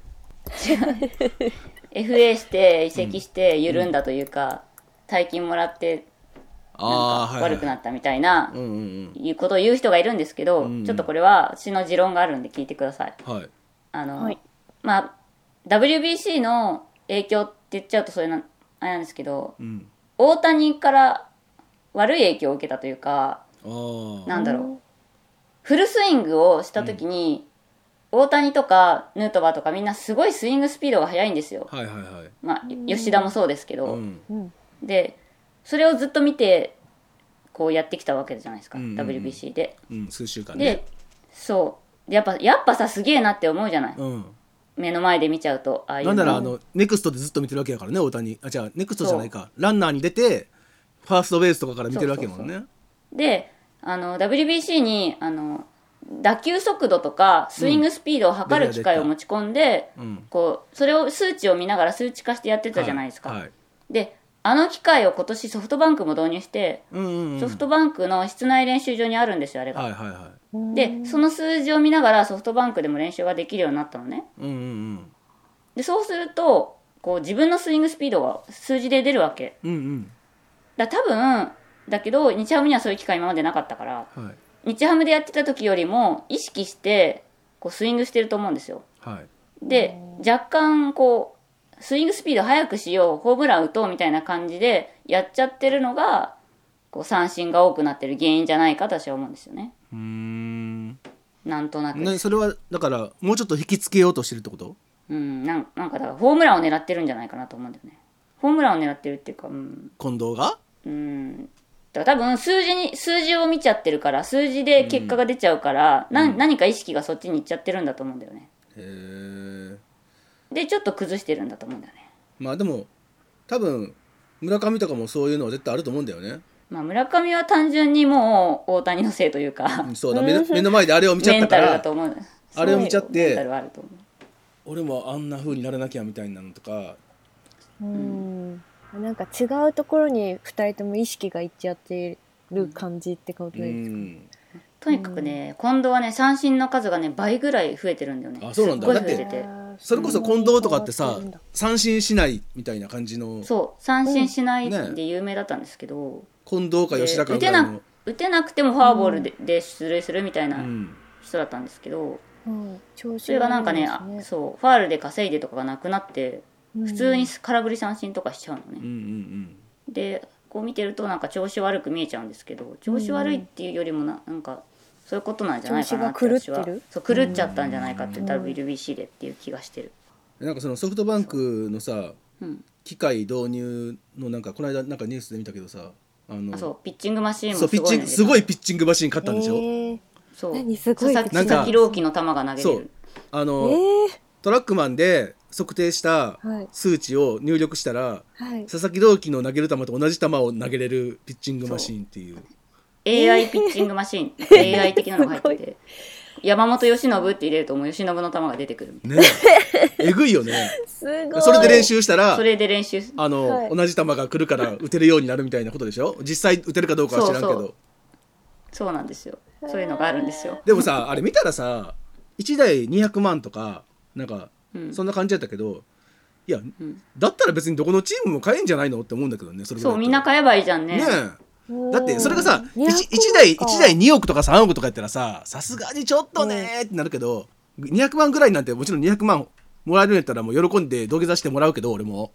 エフエー して移籍して緩んだというか、大金もらってなんか悪くなったみたいな
うんうん
いうことを言う人がいるんですけど、
うん
ちょっとこれは私の持論があるんで聞いてください。
うんはい
あの、
はい
まあ ダブリュービーシー の影響って言っちゃうとそれなあれなんですけど、
うん
大谷から悪い影響を受けたというか
あー
なんだろうフルスイングをした時に、大谷とかヌートバーとかみんなすごいスイングスピードが速いんですよ。
はいはいはい
まあ吉田もそうですけど、
うん
うん
でそれをずっと見てこうやってきたわけじゃないですか、
うんうんうん
ダブリュービーシー で。
うん数週間ね
でそうやっぱやっぱさすげえなって思うじゃない、
うん
目の前で見ちゃうとああいうの
なんならあのネクストでずっと見てるわけやからね大谷あじゃあネクストじゃないかランナーに出てファーストベースとかから見てるわけやもんね
そうそうであの ダブリュービーシー にあの打球速度とかスイングスピードを測る機械を持ち込んで、
うん
こうそれを数値を見ながら数値化してやってたじゃないですか、
はいはい
であの機械を今年ソフトバンクも導入して、
うんうんうん
ソフトバンクの室内練習場にあるんですよあれが、
はいはいはい
でその数字を見ながらソフトバンクでも練習ができるようになったのね。
うんうん
でそうするとこう自分のスイングスピードが数字で出るわけ
うんうん
だ多分だけど日ハムにはそういう機会今までなかったから
うんはい
日ハムでやってた時よりも意識してこうスイングしてると思うんですよ。
はい
で若干こうスイングスピード速くしようホームラン打とうみたいな感じでやっちゃってるのがこう三振が多くなってる原因じゃないかと私は思うんですよね。
うーん
なんとなく、
ねそれはだからもうちょっと引きつけようとしてるってこと
うん、なんなんかだからホームランを狙ってるんじゃないかなと思うんだよね。ホームランを狙ってるっていうか、うん、
近藤が
うんだから多分数字に数字を見ちゃってるから数字で結果が出ちゃうから、な何か意識がそっちに行っちゃってるんだと思うんだよね。
へえ
でちょっと崩してるんだと思うんだよね。
まあでも多分村上とかもそういうのは絶対あると思うんだよね
まあ村上は単純にもう大谷のせいというか
うんそうだ目の目の前であれを見ちゃっ
メンタルだ
たから
と思う。
あれを見ちゃっ
メンタル
て
はあると思う。
俺もあんな風にならなきゃみたいなのとか
うんなんか違うところにふたりとも意識がいっちゃってる感じってこと
う
ですか、
ん
とにかくね、近藤はね三振の数がね倍ぐらい増えてるんだよね。
あそうなんだ
すっごい増えてて。
それこそ近藤とかってさ三振しないみたいな感じの
そう三振しない
うん
で有名だったんですけど、
近藤か吉田か
で打てな
ぐらいの
打てなくてもフォアボールで,、で出塁するみたいな
うん
人だったんですけど、
うん調子
それがなんかね、
いい
あ
です
そうファールで稼いでとかがなくなって
うん
普通に空振り三振とかしちゃうのね。
うんうん
でこう見てるとなんか調子悪く見えちゃうんですけど、調子悪いっていうよりもななんかそういうことなんじゃないかなって
調子が
私は
狂ってる
そう狂っちゃったんじゃないかって ダブリュービーシー でっていう気がしてる。
うんなんかそのソフトバンクのさ
うん、
機械導入のなんかこの間なんかニュースで見たけどさあの
あそうピッチングマシーン
そうピッチン
もすごいの
グすごいピッチングマシン買ったんでしょ、
えー
そう
何すごい
佐々木
なんか
佐々木朗希の球が投げれる。
そうあの、
えー
トラックマンで測定した
はい
数値を入力したら、
はい
佐々木朗希の投げる球と同じ球を投げれるピッチングマシンっていう
エーアイ ピッチングマシーン、エーアイ 的なのが入ってて山本由伸って入れるともう由伸の球が出てくるみたい
ねえぐいよね
すごい
それで練習したら
な。それで練習す
あの、
はい
同じ球が来るから打てるようになるみたいなことでしょ実際打てるかどうかは知らんけど
そうそうそうなんですよ。そういうのがあるんですよ。
でもさあれ見たらさいちだいにひゃくまんとかなんか
うん
そんな感じだったけど、いや、
ん
だったら別にどこのチームも買えんじゃないのって思うんだけどねそれぐらいだったら
そうみんな買えばいいじゃんね。
ねえだってそれがさ
にひゃく
いちだいいちだいにおくとかさんおくとかやったらささすがにちょっとねーってなるけど、にひゃくまんぐらいなんてもちろんにひゃくまんもらえるんやったらもう喜んで土下座してもらうけど俺も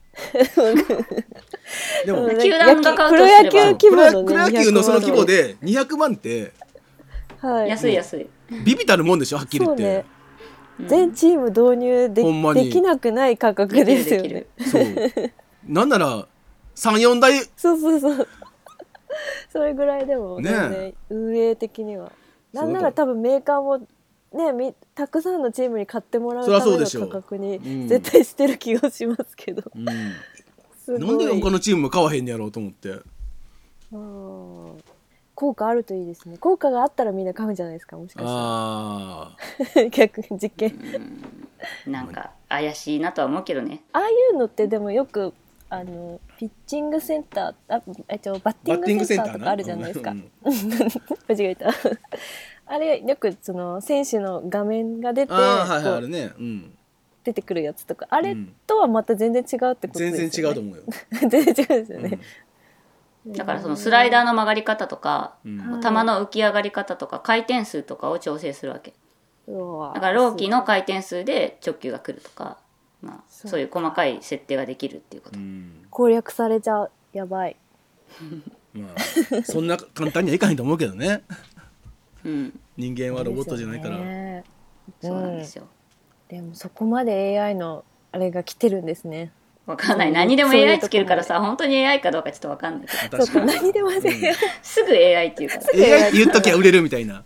でも
うん
球団が買うと
プロ
すれば
野球規
プロ
模のね
プロ野球のその規模でにひゃくまんって
はい
安い安い。
ビビたるもんでしょはっきり言って
そうね全チーム導入で
ほんまに
できなくない価格
でき
ですよ
るできる
ね。
そうなんならさんよんだい
そうそうそうそれぐらいでも
ね
全然運営的には
そう
なんなら多分メーカーもねみたくさんのチームに買ってもらう
そりゃ
ための
そうでしょう
価格に
うん
絶対してる気がしますけど、
うん、
すごい
なんで他のチームも買わへんねやろうと思って。
うん効果あるといいですね。効果があったらみんな買うんじゃないですか、もしかした
あ
ら逆に実験
なんか怪しいなとは思うけどね。
ああいうのってでもよくあのピッチングセンターあ、えっと、バッティングセンターとかあるじゃないですか、
うん、
間違えたあれよくその選手の画面が出て、
あーはいはい
こう
あるね、うん、
出てくるやつとかあれとはまた全然違うってことですよね。
全然違うと思うよ、
全然違うんですよね、
だからそのスライダーの曲がり方とか、
うん
はい
球の浮き上がり方とか回転数とかを調整するわけ。
うわ
だからローキーの回転数で直球が来るとか、まあ、
そう
そういう細かい設定ができるっていうこと。
うん
攻略されちゃう、やばい。
まあそんな簡単にはいかへんと思うけどね
うん、
人間はロボットじゃないから、
ね
そうなんですよ。
でもそこまで エーアイ のあれが来てるんですね。
わかんない。
そう
何でも
そういう
エーアイ つけるからさ、本当に エーアイ かどうかちょっとわかんないけど、
ちょっと何でもね、
すぐ エーアイ っていうから。
エーアイ って言っときゃ売れるみたいな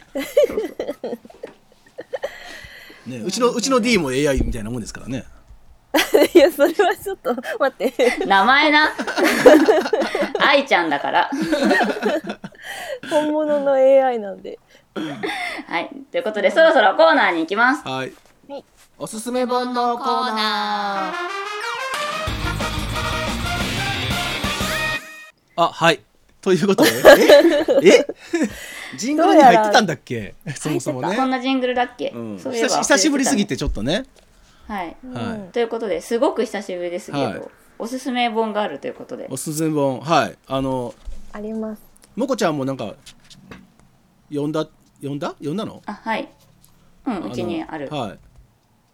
ね、うちのうちの D も エーアイ みたいなもんですからね。
いやそれはちょっと待って
名前な愛ちゃんだから
本物の エーアイ なんで。
はい、ということでそろそろコーナーに行きます。
はい、
はい、
おすすめ本のコーナー。あ、はいということでええジングルに入ってたんだっけそもそもね。
こんなジングルだっけ、
うん、
そういえば忘れてたね
久しぶりすぎてちょっとね、
はい、
はい、
ということですごく久しぶりですけど、
はい、
おすすめ本があるということで。
おすすめ本、はい、あの
あります。
もこちゃんもなんか読んだ読んだ読んだの？
あ、はい、うん、うちにある。
はい、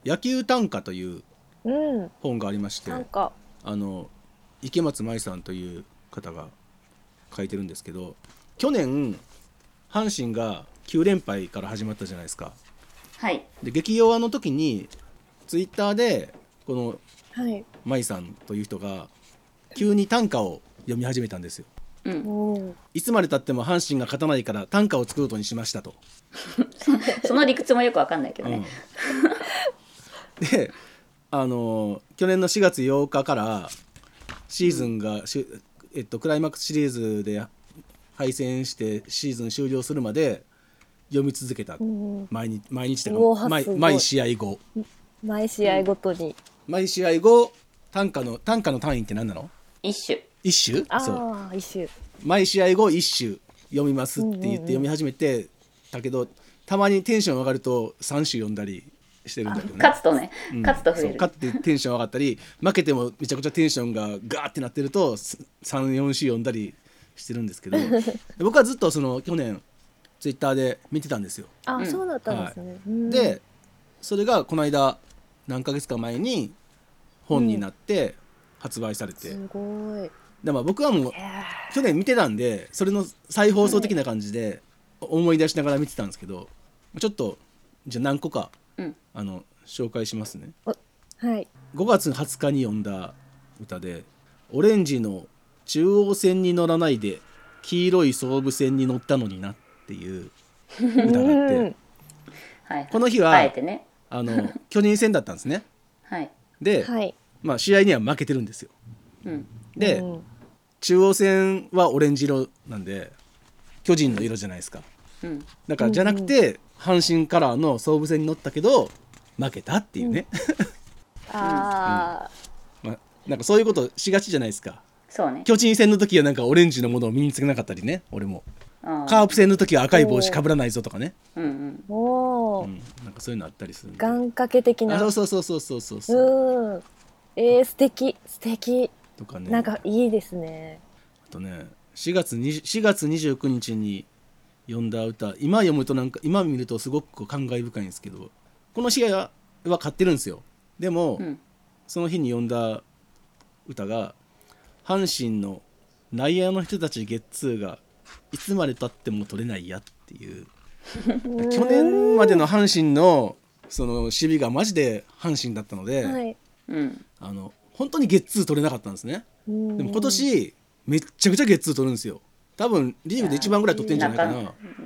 野球短歌という
うん、
本がありまして、
なんか
あの池松舞さんという方が書いてるんですけど、去年阪神がきゅう連敗から始まったじゃないですか。
はい、
で激弱の時にツイッターでこの
はい、
舞さんという人が急に短歌を読み始めたんですよ。
うん、
うん、
いつまでたっても阪神が勝たないから短歌を作ることにしましたと。
その理屈もよくわかんないけどね、
うん、であの去年のしがつようかからシーズンがし、えっと、クライマックスシリーズで敗戦してシーズン終了するまで読み続けた、
うんうん、
毎日毎日と
うわ
か毎
すごい
毎試合後
毎試合ごとに、
毎試合後短歌の短歌の単位って何なの？
一種。
一首？そう
ああ一周
毎試合後一首読みますって言って読み始めてだけど、たまにテンション上がるとさん首読んだりしてるんだけどね。
勝つとね、
うん
勝つと増える。
そう勝ってテンション上がったり負けてもめちゃくちゃテンションがガーってなってるとさん、よん首読んだりしてるんですけど僕はずっとその去年ツイッターで見てたんですよ。
あ、
うん、
そうだったんですね、うん、
でそれがこの間何ヶ月か前に本になって発売されて、
すごい。
でまあ僕はもう去年見てたんでそれの再放送的な感じで思い出しながら見てたんですけど、ちょっとじゃあ何個か、
うん、
あの紹介しますね。
はい。
ごがつはつかに読んだ歌で「オレンジの中央線に乗らないで黄色い総武線に乗ったのにな」っていう歌があって
はいはい、
この日は
あえてね、
あの巨人戦だったんですね。
はい
で、
はい。
まあ、試合には負けてるんですよ。
うん、
で、
うん
中央線はオレンジ色なんで巨人の色じゃないですか。
うん、
だからじゃなくて阪神カラーの総武線に乗ったけど負けたっていうね、
ああ、
まあ、なんかそういうことしがちじゃないですか。
そうね。
巨人戦の時はなんかオレンジのものを身につけなかったりね。俺も
あ
カープ戦の時は赤い帽子かぶらないぞとかね、
うんうん、
おお、
うん、なんかそういうのあったりするんで。
願掛け的な。
あそうそうそうそうそうそう
うん。えー、素敵素敵。
とかね。
なんかいいですね。
あとねしがつにしがつにじゅうくにちに読んだ歌、今読むとなんか今見るとすごくこう感慨深いんですけど、この試合はは勝ってるんですよ。でも、
うん、
その日に読んだ歌が阪神の内野の人たちゲッツーがいつまでたっても取れないやっていう去年までの阪神のその守備がマジで阪神だったので、
はい。
うん、
あの本当にゲッツー取れなかったんですね。
で
でも今年めっちゃくちゃゲッツー取るんですよ。多分リーグで一番ぐらい取ってんじゃないかな。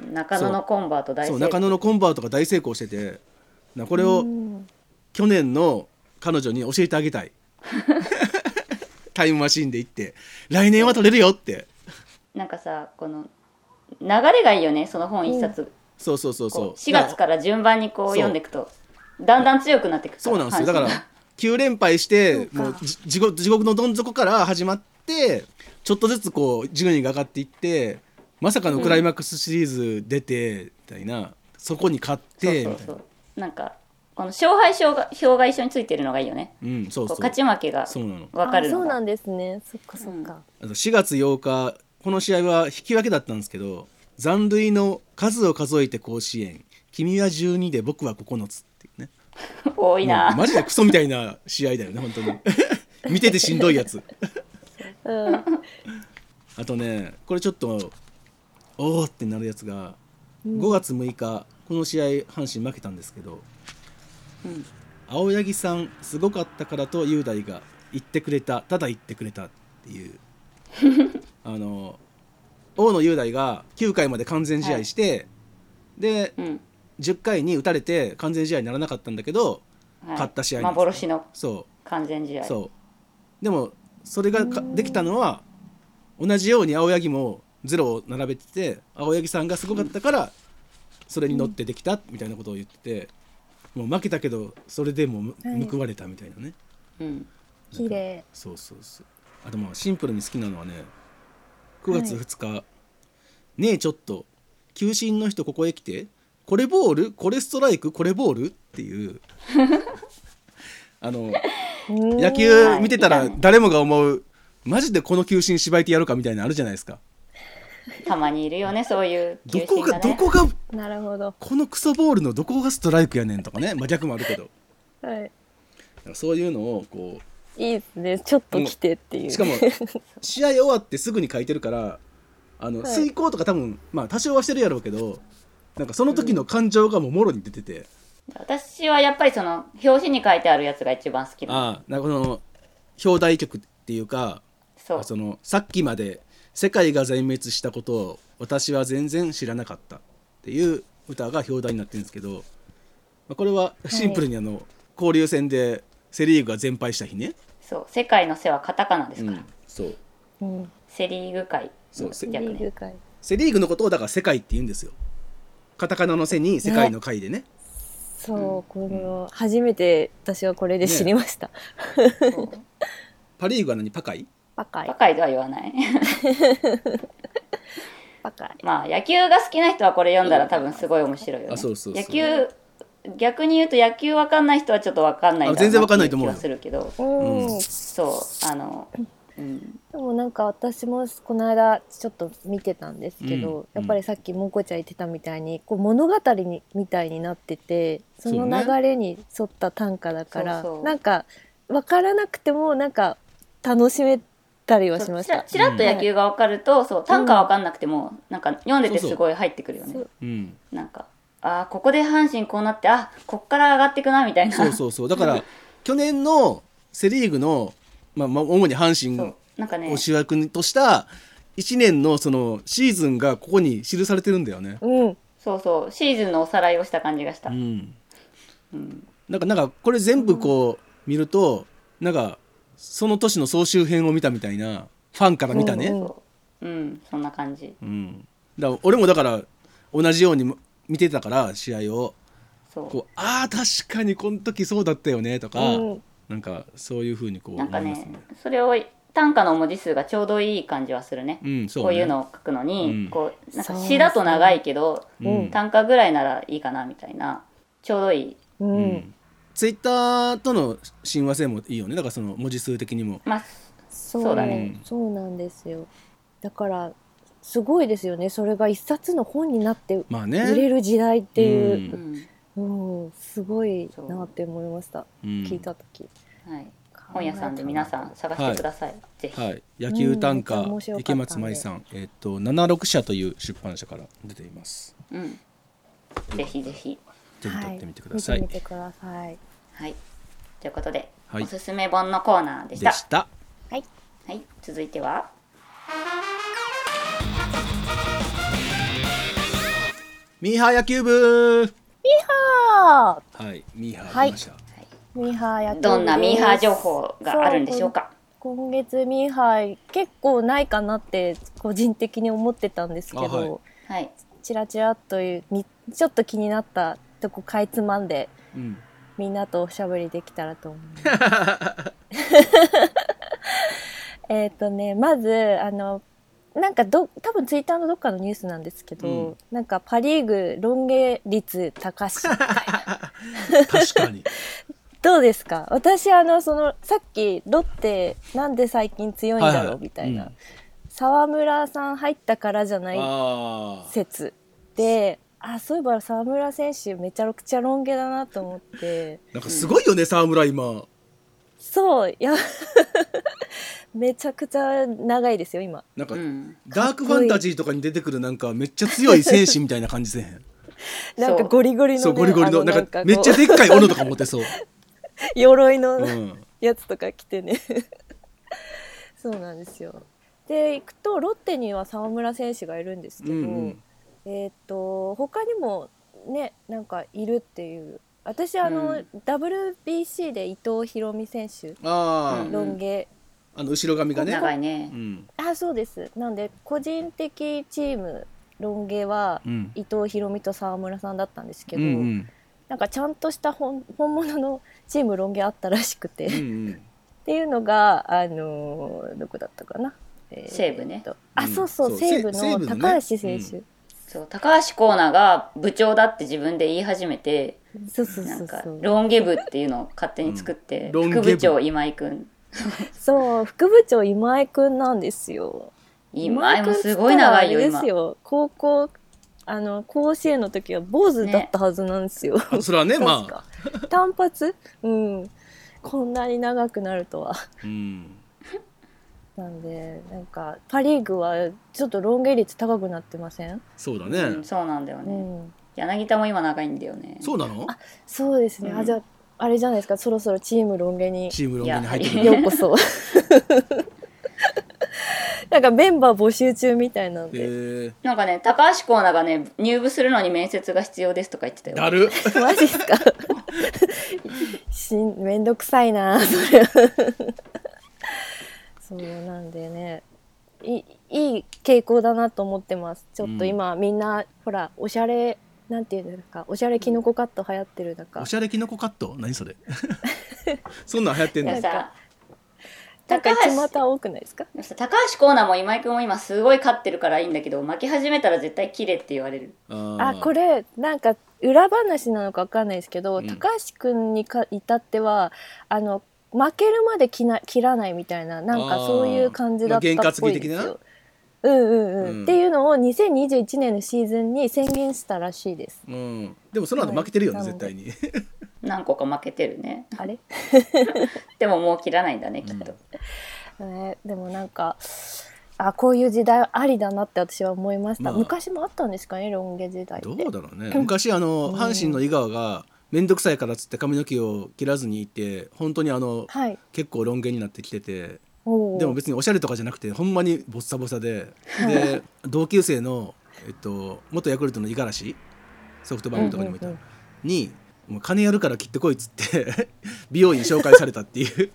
うん、中野のコンバート大成功。
そう、中野のコンバートが大成功してて、なこれを
うん
去年の彼女に教えてあげたいタイムマシンで行って来年は取れるよって。
なんかさ、この流れがいいよね、その本一冊、うん、
そうそうそうそう、
こうしがつから順番にこう読んでいくとだんだん強くなっていくから。
そうなんですよ。だからきゅう連敗してもう地獄、地獄のどん底から始まってちょっとずつこう順位が上がっていって、まさかのクライマックスシリーズ出てみたいな、うん、そこに勝ってみたいな。
そうそうそう、なんかこの勝敗表が表が一緒についてるのがいいよね、うん、そうそう、勝ち負けが分かるのが。
そうなんですね。そっかそっか、
うん、あとしがつようかこの試合は引き分けだったんですけど、残塁の数を数えて甲子園、君はじゅうにで僕はここのつっていうね
多いな。
マジでクソみたいな試合だよね本当に見ててしんどいやつ、うん、あとねこれちょっとおーってなるやつが、うん、ごがつむいかこの試合阪神負けたんですけど、うん、青柳さんすごかったからと雄大が言ってくれた、ただ言ってくれたっていうあの大野雄大がきゅうかいまで完全試合して、はい、で、うん、じゅっかいに打たれて完全試合にならなかったんだけど、はい、勝った試合、
幻の完全試合。
そうでもそれができたのは同じように青柳もゼロを並べてて、青柳さんがすごかったからそれに乗ってできたみたいなことを言ってて、もう負けたけどそれでも報われたみたいなね、
はい、うん、
綺麗。
そうそうそう。あとまあシンプルに好きなのはね、くがつふつか、はい、ねえちょっと球審の人ここへ来て、これボールこれストライクこれボールっていうあの野球見てたら誰もが思う、マジでこの球審芝居てやるかみたいなのあるじゃないですか。
たまにいるよねそういう球審がね。
どこがどこが
なるほど、
このクソボールのどこがストライクやねんとかね、まあ、逆もあるけど、
はい、
そういうのをこう
いいですね、ちょっと来てっていう。
しかも試合終わってすぐに書いてるからあの、はい、遂行とか多分まあ多少はしてるやろうけど、なんかその時の感情がもうもろに出てて、うん、
私はやっぱりその表紙に書いてあるやつが一番好きなの。
ああ、なんかこの表題曲っていうか、そうそのさっきまで世界が全滅したことを私は全然知らなかったっていう歌が表題になってるんですけど、まあ、これはシンプルにあの、はい、交流戦でセリーグが全敗した日ね。
そう、世界のせはカタカナですから、うん、
そう、
うん、セリーグ界、
そうセリ
ーグ界、
セリーグのことをだから世界って言うんですよ。カタカナのせに世界の界でね。
そう、うん、この初めて私はこれで知りました、
ね、パリーグは何？パカイ？
パカイ、パカイとは言わないパカイ。まあ野球が好きな人はこれ読んだら多分すごい面白いよね。あ、そうそうそう。野球逆に言うと野球わかんない人はちょっとわかんないだろうな
全然わかんないと思う
気はするけど、うん、そうあの、うん、
でもなんか私もこの間ちょっと見てたんですけど、うん、やっぱりさっきもこちゃん言ってたみたいにこう物語にみたいになってて、その流れに沿った短歌だから、そうそう、なんかわからなくてもなんか楽しめたりはしました。
ちらっと野球がわかると、うん、そう短歌わかんなくてもなんか読んでてすごい入ってくるよね。そうそう、なんかあここで阪神こうなって、あこっから上がっていくなみたいな。
そうそうそう、だから去年のセリーグの、まあ、主に阪神を主役としたいちねんのそのシーズンがここに記されてるんだよね、
うん、
そうそうシーズンのおさらいをした感じがした、
うんうん、なんかなんかこれ全部こう見ると、うん、なんかその年の総集編を見たみたいな、ファンから見たね、
うん、うんうん、そんな感じ、
うん、だから俺もだから同じように見てたから試合を、そうこうああ確かにこの時そうだったよねとか、うん、なんかそういう風にこう
なんかね、それを短歌の文字数がちょうどいい感じはするね、うんそうね、こういうのを書くのに、うん、こうなんか詩だと長いけど、うん、短歌ぐらいならいいかなみたいな、ちょうどいい、
うんうん、ツイッターとの親和性もいいよね。だからその文字数的にも、
まあ、
そうそうだね、うん、そうなんですよ。だからすごいですよね、それが一冊の本になって売れる時代っていう、まあね、うんうん、すごいなって思いました、うん、聞いた時、
はい、本屋さんで皆さん探してください、はい、ぜひ、
はい、野球短歌、うん、池松舞さん、えー、とななじゅうろく社という出版社から出ています、
うん、ぜひぜひ
手に取ってみてください、
はい、見てみてください、
はい、ということで、
はい、
おすすめ本のコーナーでした。
でした、
はいはい、続いては
ミーハー野球部
あ
はいミーハ
はい
ー来ました、
ーミーハー野球部です。
どんなミーハー情報があるんでしょうか。
今月ミーハー結構ないかなって個人的に思ってたんですけど、
あはい
はい。
チラチラっというみちょっと気になったとこかいつまんで
うん、
みんなとおしゃべりできたらと思います。えっとねまずあのなんかど多分ツイッターのどっかのニュースなんですけど、
うん
なんかパ・リーグロン毛率高しみたいな
確かに
どうですか。私あのそのさっきロッテなんで最近強いんだろう、
はいはい
みたいな、
うん
沢村さん入ったからじゃない
あー
説で、あそういえば沢村選手めちゃくちゃロン毛だなと思って、
なんかすごいよね、沢村今
そういやめちゃくちゃ長いですよ今。
なんか、
うん。
ダークファンタジーとかに出てくるなんかめっちゃ強い戦士みたいな感じせえへん
なんかゴリゴリの、ね、
そうゴリゴリの
あ
なんか
こう
めっちゃでっかい斧とか持ってそう、
鎧の
うん、
やつとか着てねそうなんですよ。で行くとロッテには沢村選手がいるんですけど、
うんうん
えっ、と他にもねなんかいるっていう。私あの、
うん
ダブリュービーシー で伊藤大海選手
ああ、
うん
ロン毛、
あの後ろ髪がね
長いね
う。ん
あそうですなんで個人的チームロン毛は
うん
伊藤大海と沢村さんだったんですけど、
うんうん
なんかちゃんとした本本物のチームロン毛あったらしくて、
うんう
っ
ん
ていうのがあのーどこだったかな、えー
西武ね
とあ、
うん
そうそう
そう
西武の
西武のね
高橋選手、
そう、高橋光成が部長だって自分で言い始めて、
そうそう
なんか
そうそう
ロン毛部っていうのを勝手に作って、
うんロン毛部
副部長今井くん。
そう副部長今井くんなんですよ。
今井もすごい長いよ今
今井くんっつったらあれです。よ高校あの甲子園の時は坊主だったはずなんですよ、
あそれはねま
確
あ
か単発うんこんなに長くなるとは。
うん
なんでなんかパ・リーグはちょっとロン毛率高くなってません？
そうだね、
うん、そうなんだよ
う
ね。
ん、
柳田も今長いんだよね。
そうなの
そうですね、
うん
あじゃああれじゃないですかそろそろチームロン毛に
チームロン毛に入ってく
い
る
ようこそなんかメンバー募集中みたいなの
え
で、
ー、
なんかね、高橋光成がね、入部するのに面接が必要ですとか言ってたよ。
だる
マジっすかしんめんどくさいなそれそうなんでねいいい傾向だなと思ってます。ちょっと今、みんなほらおしゃれなんていうんですかおしゃれキノコカット流行ってる中
おしゃれキノコカット何それそんなん流行ってんの
でもさ、
なんか
高橋
一股多くないですか？
でもさ高橋光成も今井君も今すごい勝ってるからいいんだけど、負け始めたら絶対綺麗って言われる。
あ
あこれなんか裏話なのか分かんないですけど、
うん
高橋くんにか至ってはあの負けるまで切な切らないみたいななんかそういう感じだったっぽいです
まあ験担ぎ的
よ。うんうんうん、
うん
っていうのをにせんにじゅういちねんのシーズンに宣言したらしいです。
うん、でもその後負けてるよね、
はい
絶対に
何個か負けてるね。
あれ、
でももう切らないんだねきっと。
ね、でもなんかあこういう時代ありだなって私は思いました、
まあ
昔もあったんですかねロン毛時代って。
どうだろうね昔あの阪神の井川が面倒くさいからっつって髪の毛を切らずにいて本当にあの
はい
結構ロン毛になってきてて
おー
でも別におしゃれとかじゃなくてほんまにボッサボサでで同級生の、えっと、元ヤクルトの五十嵐ソフトバンクとかにもいた、
うんうん
にもう金やるから切ってこいっつって美容院紹介されたっていう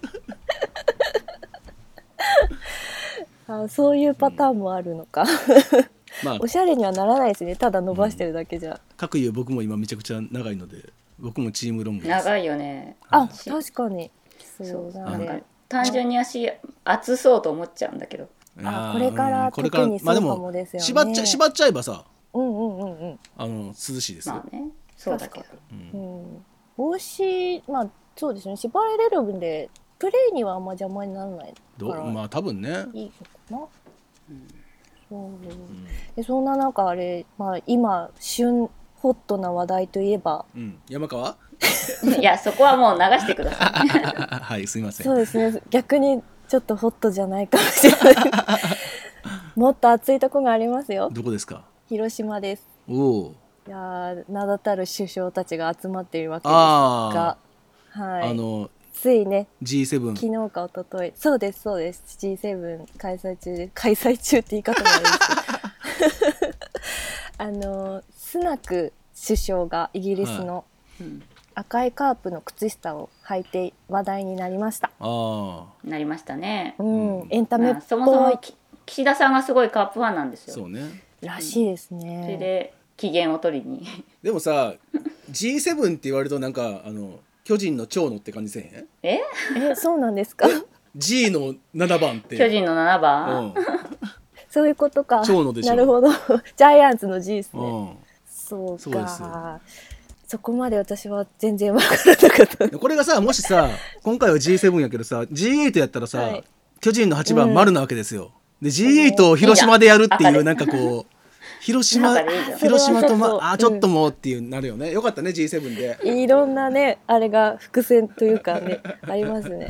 あそういうパターンもあるのか、
まあ
おしゃれにはならないですねただ伸ばしてるだけじゃ、
各いう僕も今めちゃくちゃ長いので僕もチームロン毛です
長いよね。
あ
し
確かにそう
そう
なんで
なんか単純に足熱そうと思っちゃうんだけど。
いやー
あこれから
うんこれから
特にそう
まあで
かもですよね
縛っちゃ縛っちゃえばさ
うんうんうんうん
あの涼しいですよ、
まあね、そうだけど。
うん
うん、帽子まあそうですね縛られる分でプレーにはあんま邪魔にならないから
どうまあ多分ね、
いいのかな、そうでそんな中あれ、まあ、今旬ホットな話題といえば
うん、山川
いやそこはもう流してください。
はいすいません
そうですね逆にちょっとホットじゃないかもしれないもっと暑いとこがありますよ。
どこですか？
広島です。
おお
いやー名だたる首相たちが集まっているわけです
あ
が、はい、
あの
ついね
ジーセブン
昨日か一昨日そうですそうです ジーセブン 開催中で開催中って言い方もあれですけどあのスナク首相がイギリスの
うん
赤いカープの靴下を履いて話題になりました。
あ
なりましたね
う。ん、
うん
エンタメっ
まあそもそ
ぽい
もき岸田さんがすごいカープファンなんですよ。
そうね。
らしいです
それ
ね。
で機嫌を取りに
でもさ ジーセブン って言われるとなんかあの巨人の長野って感じせえへん？
え
え、そうなんですか？
G のななばんって
巨人のななばん、
うん
そういうことか。
長野でしょ。
なるほど。ジャイアンツの G ですね。
うん
そう
そうです
か。そこまで私は全然わからなかった。
これがさもしさ今回は ジーセブン やけどさ ジーエイト やったらさ、
はい
巨人のはちば
うんん
丸なわけですよ。で ジーエイト を広島でやるって
いいじゃ
いうんなんかこう広島
赤でいいじゃん
広島とま
それはちょっと
あちょっともうっていうなるよね。よかったね ジーセブン で。
いろんなね、あれが伏線というかね、ありますね。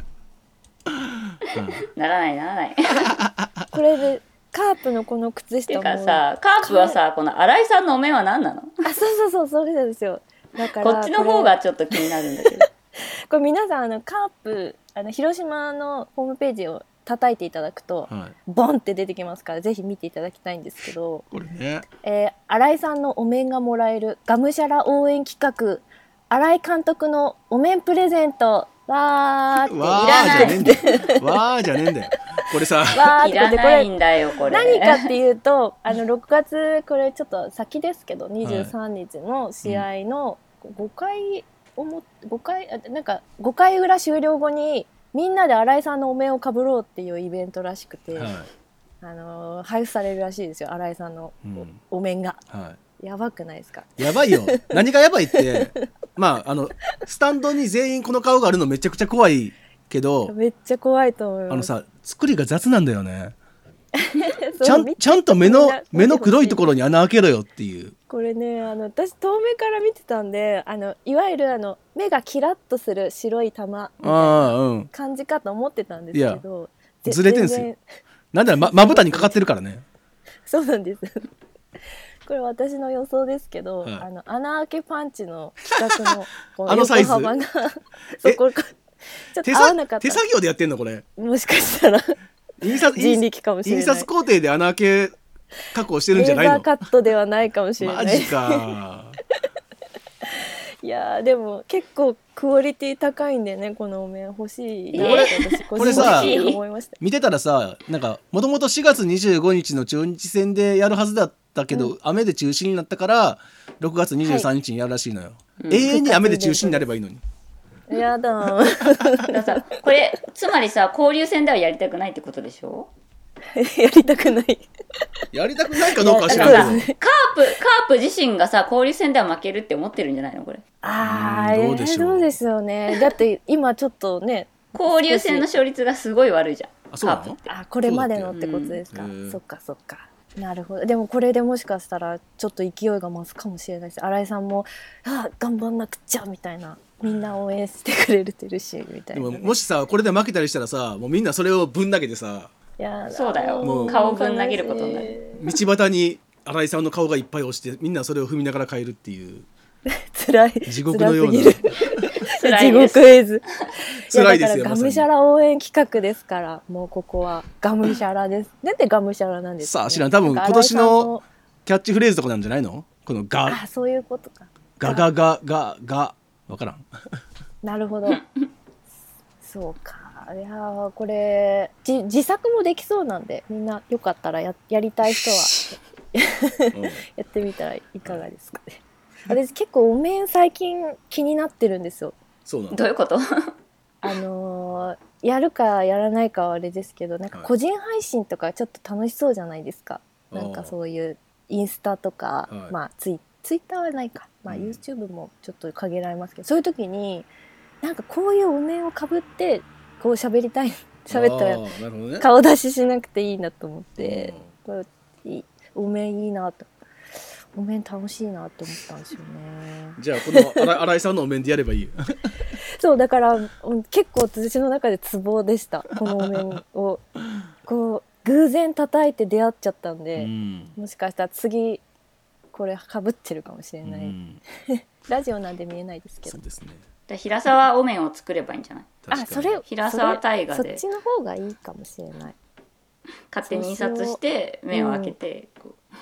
ならないならないっ
これでカープのこの靴下も。
ていうかさカープはさこの新井さんのお面は何なの？
あ、そうそうそう、それなんですよ。だから
こっちの方がちょっと気になるんだけど
これ皆さんあのカープあの広島のホームページを叩いていただくと、
はい
ボンって出てきますからぜひ見ていただきたいんですけど、
これね
えー新井さんのお面がもらえるがむしゃら応援企画、新井監督のお面プレゼントわーってい
わ
らない
ーじゃねえんだよわーじゃねえんだよこれさ
わーっ
い
てこれこ
らない
れ
んだよこれ
何かっていうとあのろくがつこれちょっと先ですけどにじゅうさんにちの試合のごかい表ごかいあなんかごかい裏終了後にみんなで新井さんのお面をかぶろうっていうイベントらしくて、
はい
あのー配布されるらしいですよ新井さんの
うん
お面が。
は
やばくないですか？
いやばいよ何がやばいってまああのスタンドに全員この顔があるのめちゃくちゃ怖いけど
めっちゃ怖いと思います。
あのさ作りが雑なんだよね
そう
ちゃん
見て
ちゃんと目の
みんな
目の黒いとこ
ろ
ろに穴開けろよっていう。
これねあの私遠目から見てたんであのいわゆるあの目がキラッとする白い玉みたいな
ああうん
感じかと思ってたんですけどぜ
ずれてんすよ
全然
なんだらままぶたにかかってるからね。
そうなんですこれ私の予想ですけど、
はい
あの穴開けパンチの企画のこ
あのサイズ
横幅がそこかちょっ
手さ
と合わなかった
手作業でやってんのこれ。
もしかしたら
印刷
人力かもしれない
印刷工程で穴開け確保してるんじゃないの
レーザーカットではないかもしれない
マジか
いやーでも結構クオリティ高いんでねこのお面欲しいな
これ
って私個
これさ
人的に思いました。
見てたらさなんかもともとしがつにじゅうごにちの中日戦でやるはずだったけど、
うん
雨で中止になったからろくがつにじゅうさんにちにやるらしいのよ、
うん
永遠に雨で中止になればいいのに。
やだー
だからさこれつまりさ交流戦ではやりたくないってことでしょ？
やりたくない
やりたくないかどうかは知
だからら
んけど
さカープカープ自身がさ交流戦では負けるって思ってるんじゃないのこれ？
あー
うんどうでしょう
えーどうですよねだって今ちょっとね
交流戦の勝率がすごい悪いじゃん
あそうなの
カープって。
あこれまでのってことですか、
そうだっけうん
そっかそっかなるほど。でもこれでもしかしたらちょっと勢いが増すかもしれないです。新井さんもあ頑張んなくちゃみたいなみんな応援してくれてるしみたいなね、
でももしさこれで負けたりしたらさもうみんなそれをぶん投げてさ
いや
そうだよ
もう
顔ぶん投げることになる。
道端に新井さんの顔がいっぱい押してみんなそれを踏みながら帰るっていう
辛い
地獄のような
辛すぎる地
辛いです
獄絵図
辛いですよ
やだから
まさに
がむしゃら応援企画ですからもうここはがむしゃらですなんでがむしゃらなんですか、ね、
さあ知らん多分
なんか
今年の
新井さん
キャッチフレーズとかなんじゃないのこのガ
あそういうことか
ガガガガガわからん
なるほどそうかいやーこれじ自作もできそうなんでみんなよかったら や, やりたい人はやってみたらいかがですかね私結構お面最近気になってるんですよ
そうなの
どういうこと？
あのー、やるかやらないかはあれですけどなんか個人配信とかちょっと楽しそうじゃないですか、
はい
なんかそういうインスタとか、
はい
まあツイツイッターはないか、まあ、
うん
YouTube もちょっと限られますけど、そういう時になんかこういうお面をかぶってこう喋りたい喋ったら
あーなるほどね
顔出ししなくていいなと思って
うん
これいいお面いいなとお面楽しいなって思ったんですよね
じゃあこの新新井さんのお面でやればいいよ
そうだからうん結構私の中でツボでしたこのお面をこう偶然叩いて出会っちゃったんで、
うん
もしかしたら次これかぶってるかもしれ
う
ない、
ん
ラジオなんで見えないですけど
そうですね
で平沢お面を作ればいいんじゃない？
確かに
あそれ
平沢大河で
それそっちの方がいいかもしれない
勝手に印刷して面を開けてこう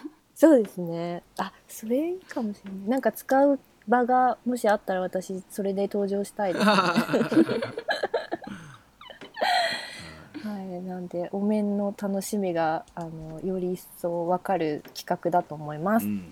そうですね。あ、それいいかもしれない。なんか使う場がもしあったら私それで登場したいですね。はい、なんでお面の楽しみがあのより一層わかる企画だと思います。
うん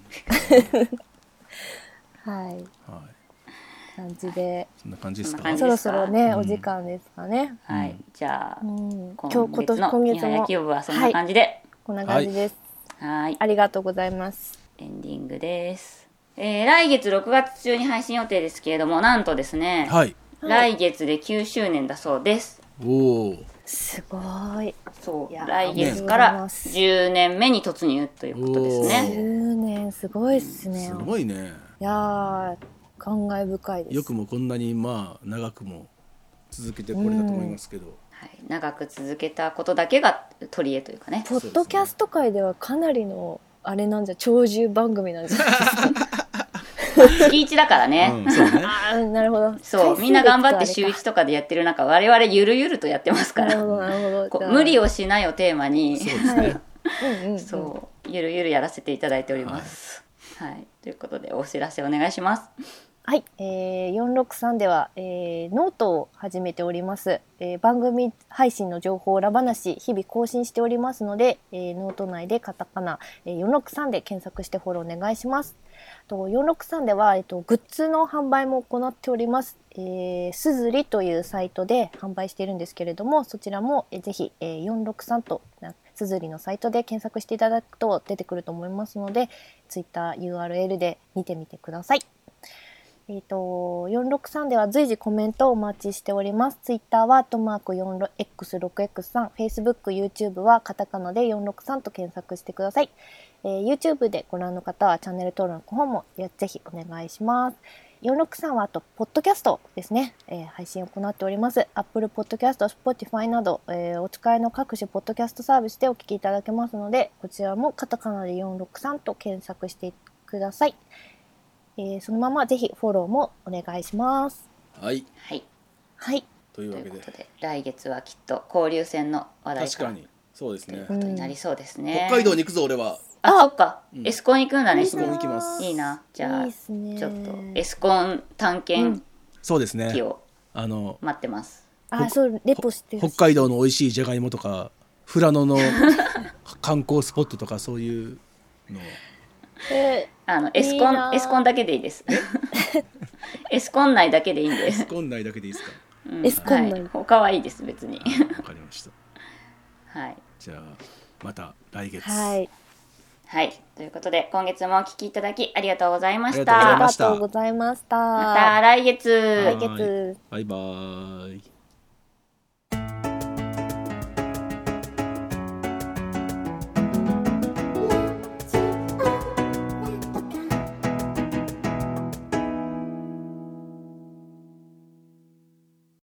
はい、
はい、
感じで、
そんな感じですか。
そんな感じ
そろそろね、
うん
お時間ですかね。
はい、
うん
じゃあ、
うん、今
今
日今年
月の
今月も
日本野球部はそんな感じで、
こんな感じです。
はい、
ありがとうございます。
エンディングです。えー、来月ろくがつ中に配信予定ですけれども、なんとですね、
はい。
来月できゅうしゅうねんだそうです。
おお。
すごい。
そう
いやー
来月か
おめでとうござい
ら
ます
じゅうねんめに突入ということです
お
ね。
じゅうねんすごいっすね。
すごいね。
いやー感慨深いです。
よくもこんなにまあ長くも続けてこれたと思いますけど、
はい、長く続けたことだけが取り柄というかね。
ポッドキャスト界ではかなりのあれなんじゃ長寿番組なんじゃないですか。
月いちだからね。
うん、そうね。
あーなるほど。
そう、みんな頑張って週
回
いちとかでやってる中、我々ゆるゆるとやってますから。
数でいくとあれかなるほどなるほど。
こう
じゃあ
無理をしないをテーマに、
そうですね。
はい。うんうんうん。
そう、ゆるゆるやらせていただいております。はい、ということでお知らせお願いします。
はい、えー、よんろくさんでは、えー、ノートを始めております、えー、番組配信の情報裏話日々更新しておりますので、えー、ノート内でカタカナ、えー、よんろくさんで検索してフォローお願いします。とよんろくさんでは、えっと、グッズの販売も行っております。えー、すずりというサイトで販売しているんですけれども、そちらも、えー、ぜひ、えー、よんろくさんとすずりのサイトで検索していただくと出てくると思いますので、ツイッター ユーアールエル で見てみてください。えー、とよんろくさんでは随時コメントをお待ちしております。ツイッターはアットマーク よんエックスろくエックスさん、Facebook、YouTube はカタカナでよんろくさんと検索してください。えー、YouTube でご覧の方はチャンネル登録の方もぜひお願いします。よんろくさんはあとポッドキャストですね、えー、配信を行っております。 Apple Podcast、Spotify など、えー、お使いの各種ポッドキャストサービスでお聞きいただけますので、こちらもカタカナでよんろくさんと検索してください。えー、そのままぜひフォローもお願いします。
はい。
はい、
はい。
というわけで
ということで来月はきっと交流戦の話題
確かにそうですね。
ということになりそうですね。
北海道に行くぞ俺は。
あ、そっか、
うん
エスコン行くんだね。
エスコン行きます
いいな。じゃあ
いいっすね。
ちょっとエスコン探検
そうですね
機。を
あの
待ってます。
あ、そうレポしてる。
北海道の美味しいじゃがいもとか富良野の観光スポットとかそういうのを
え
あのエスコン
いいな
エスコンだけでいいです。エスコン内だけでいいんで
エス
す。
コン内だけでいいですか。
うん
エスコン内
はい、他はいいです別に。
わかりました。
はい
じゃあまた来月。
はい。
はい、ということで今月もお聞きいただきありがとうございまし
ありがとうござい
た。
ました
ありがとうございました。
また来月。
来
はい
月。
バイバーイ。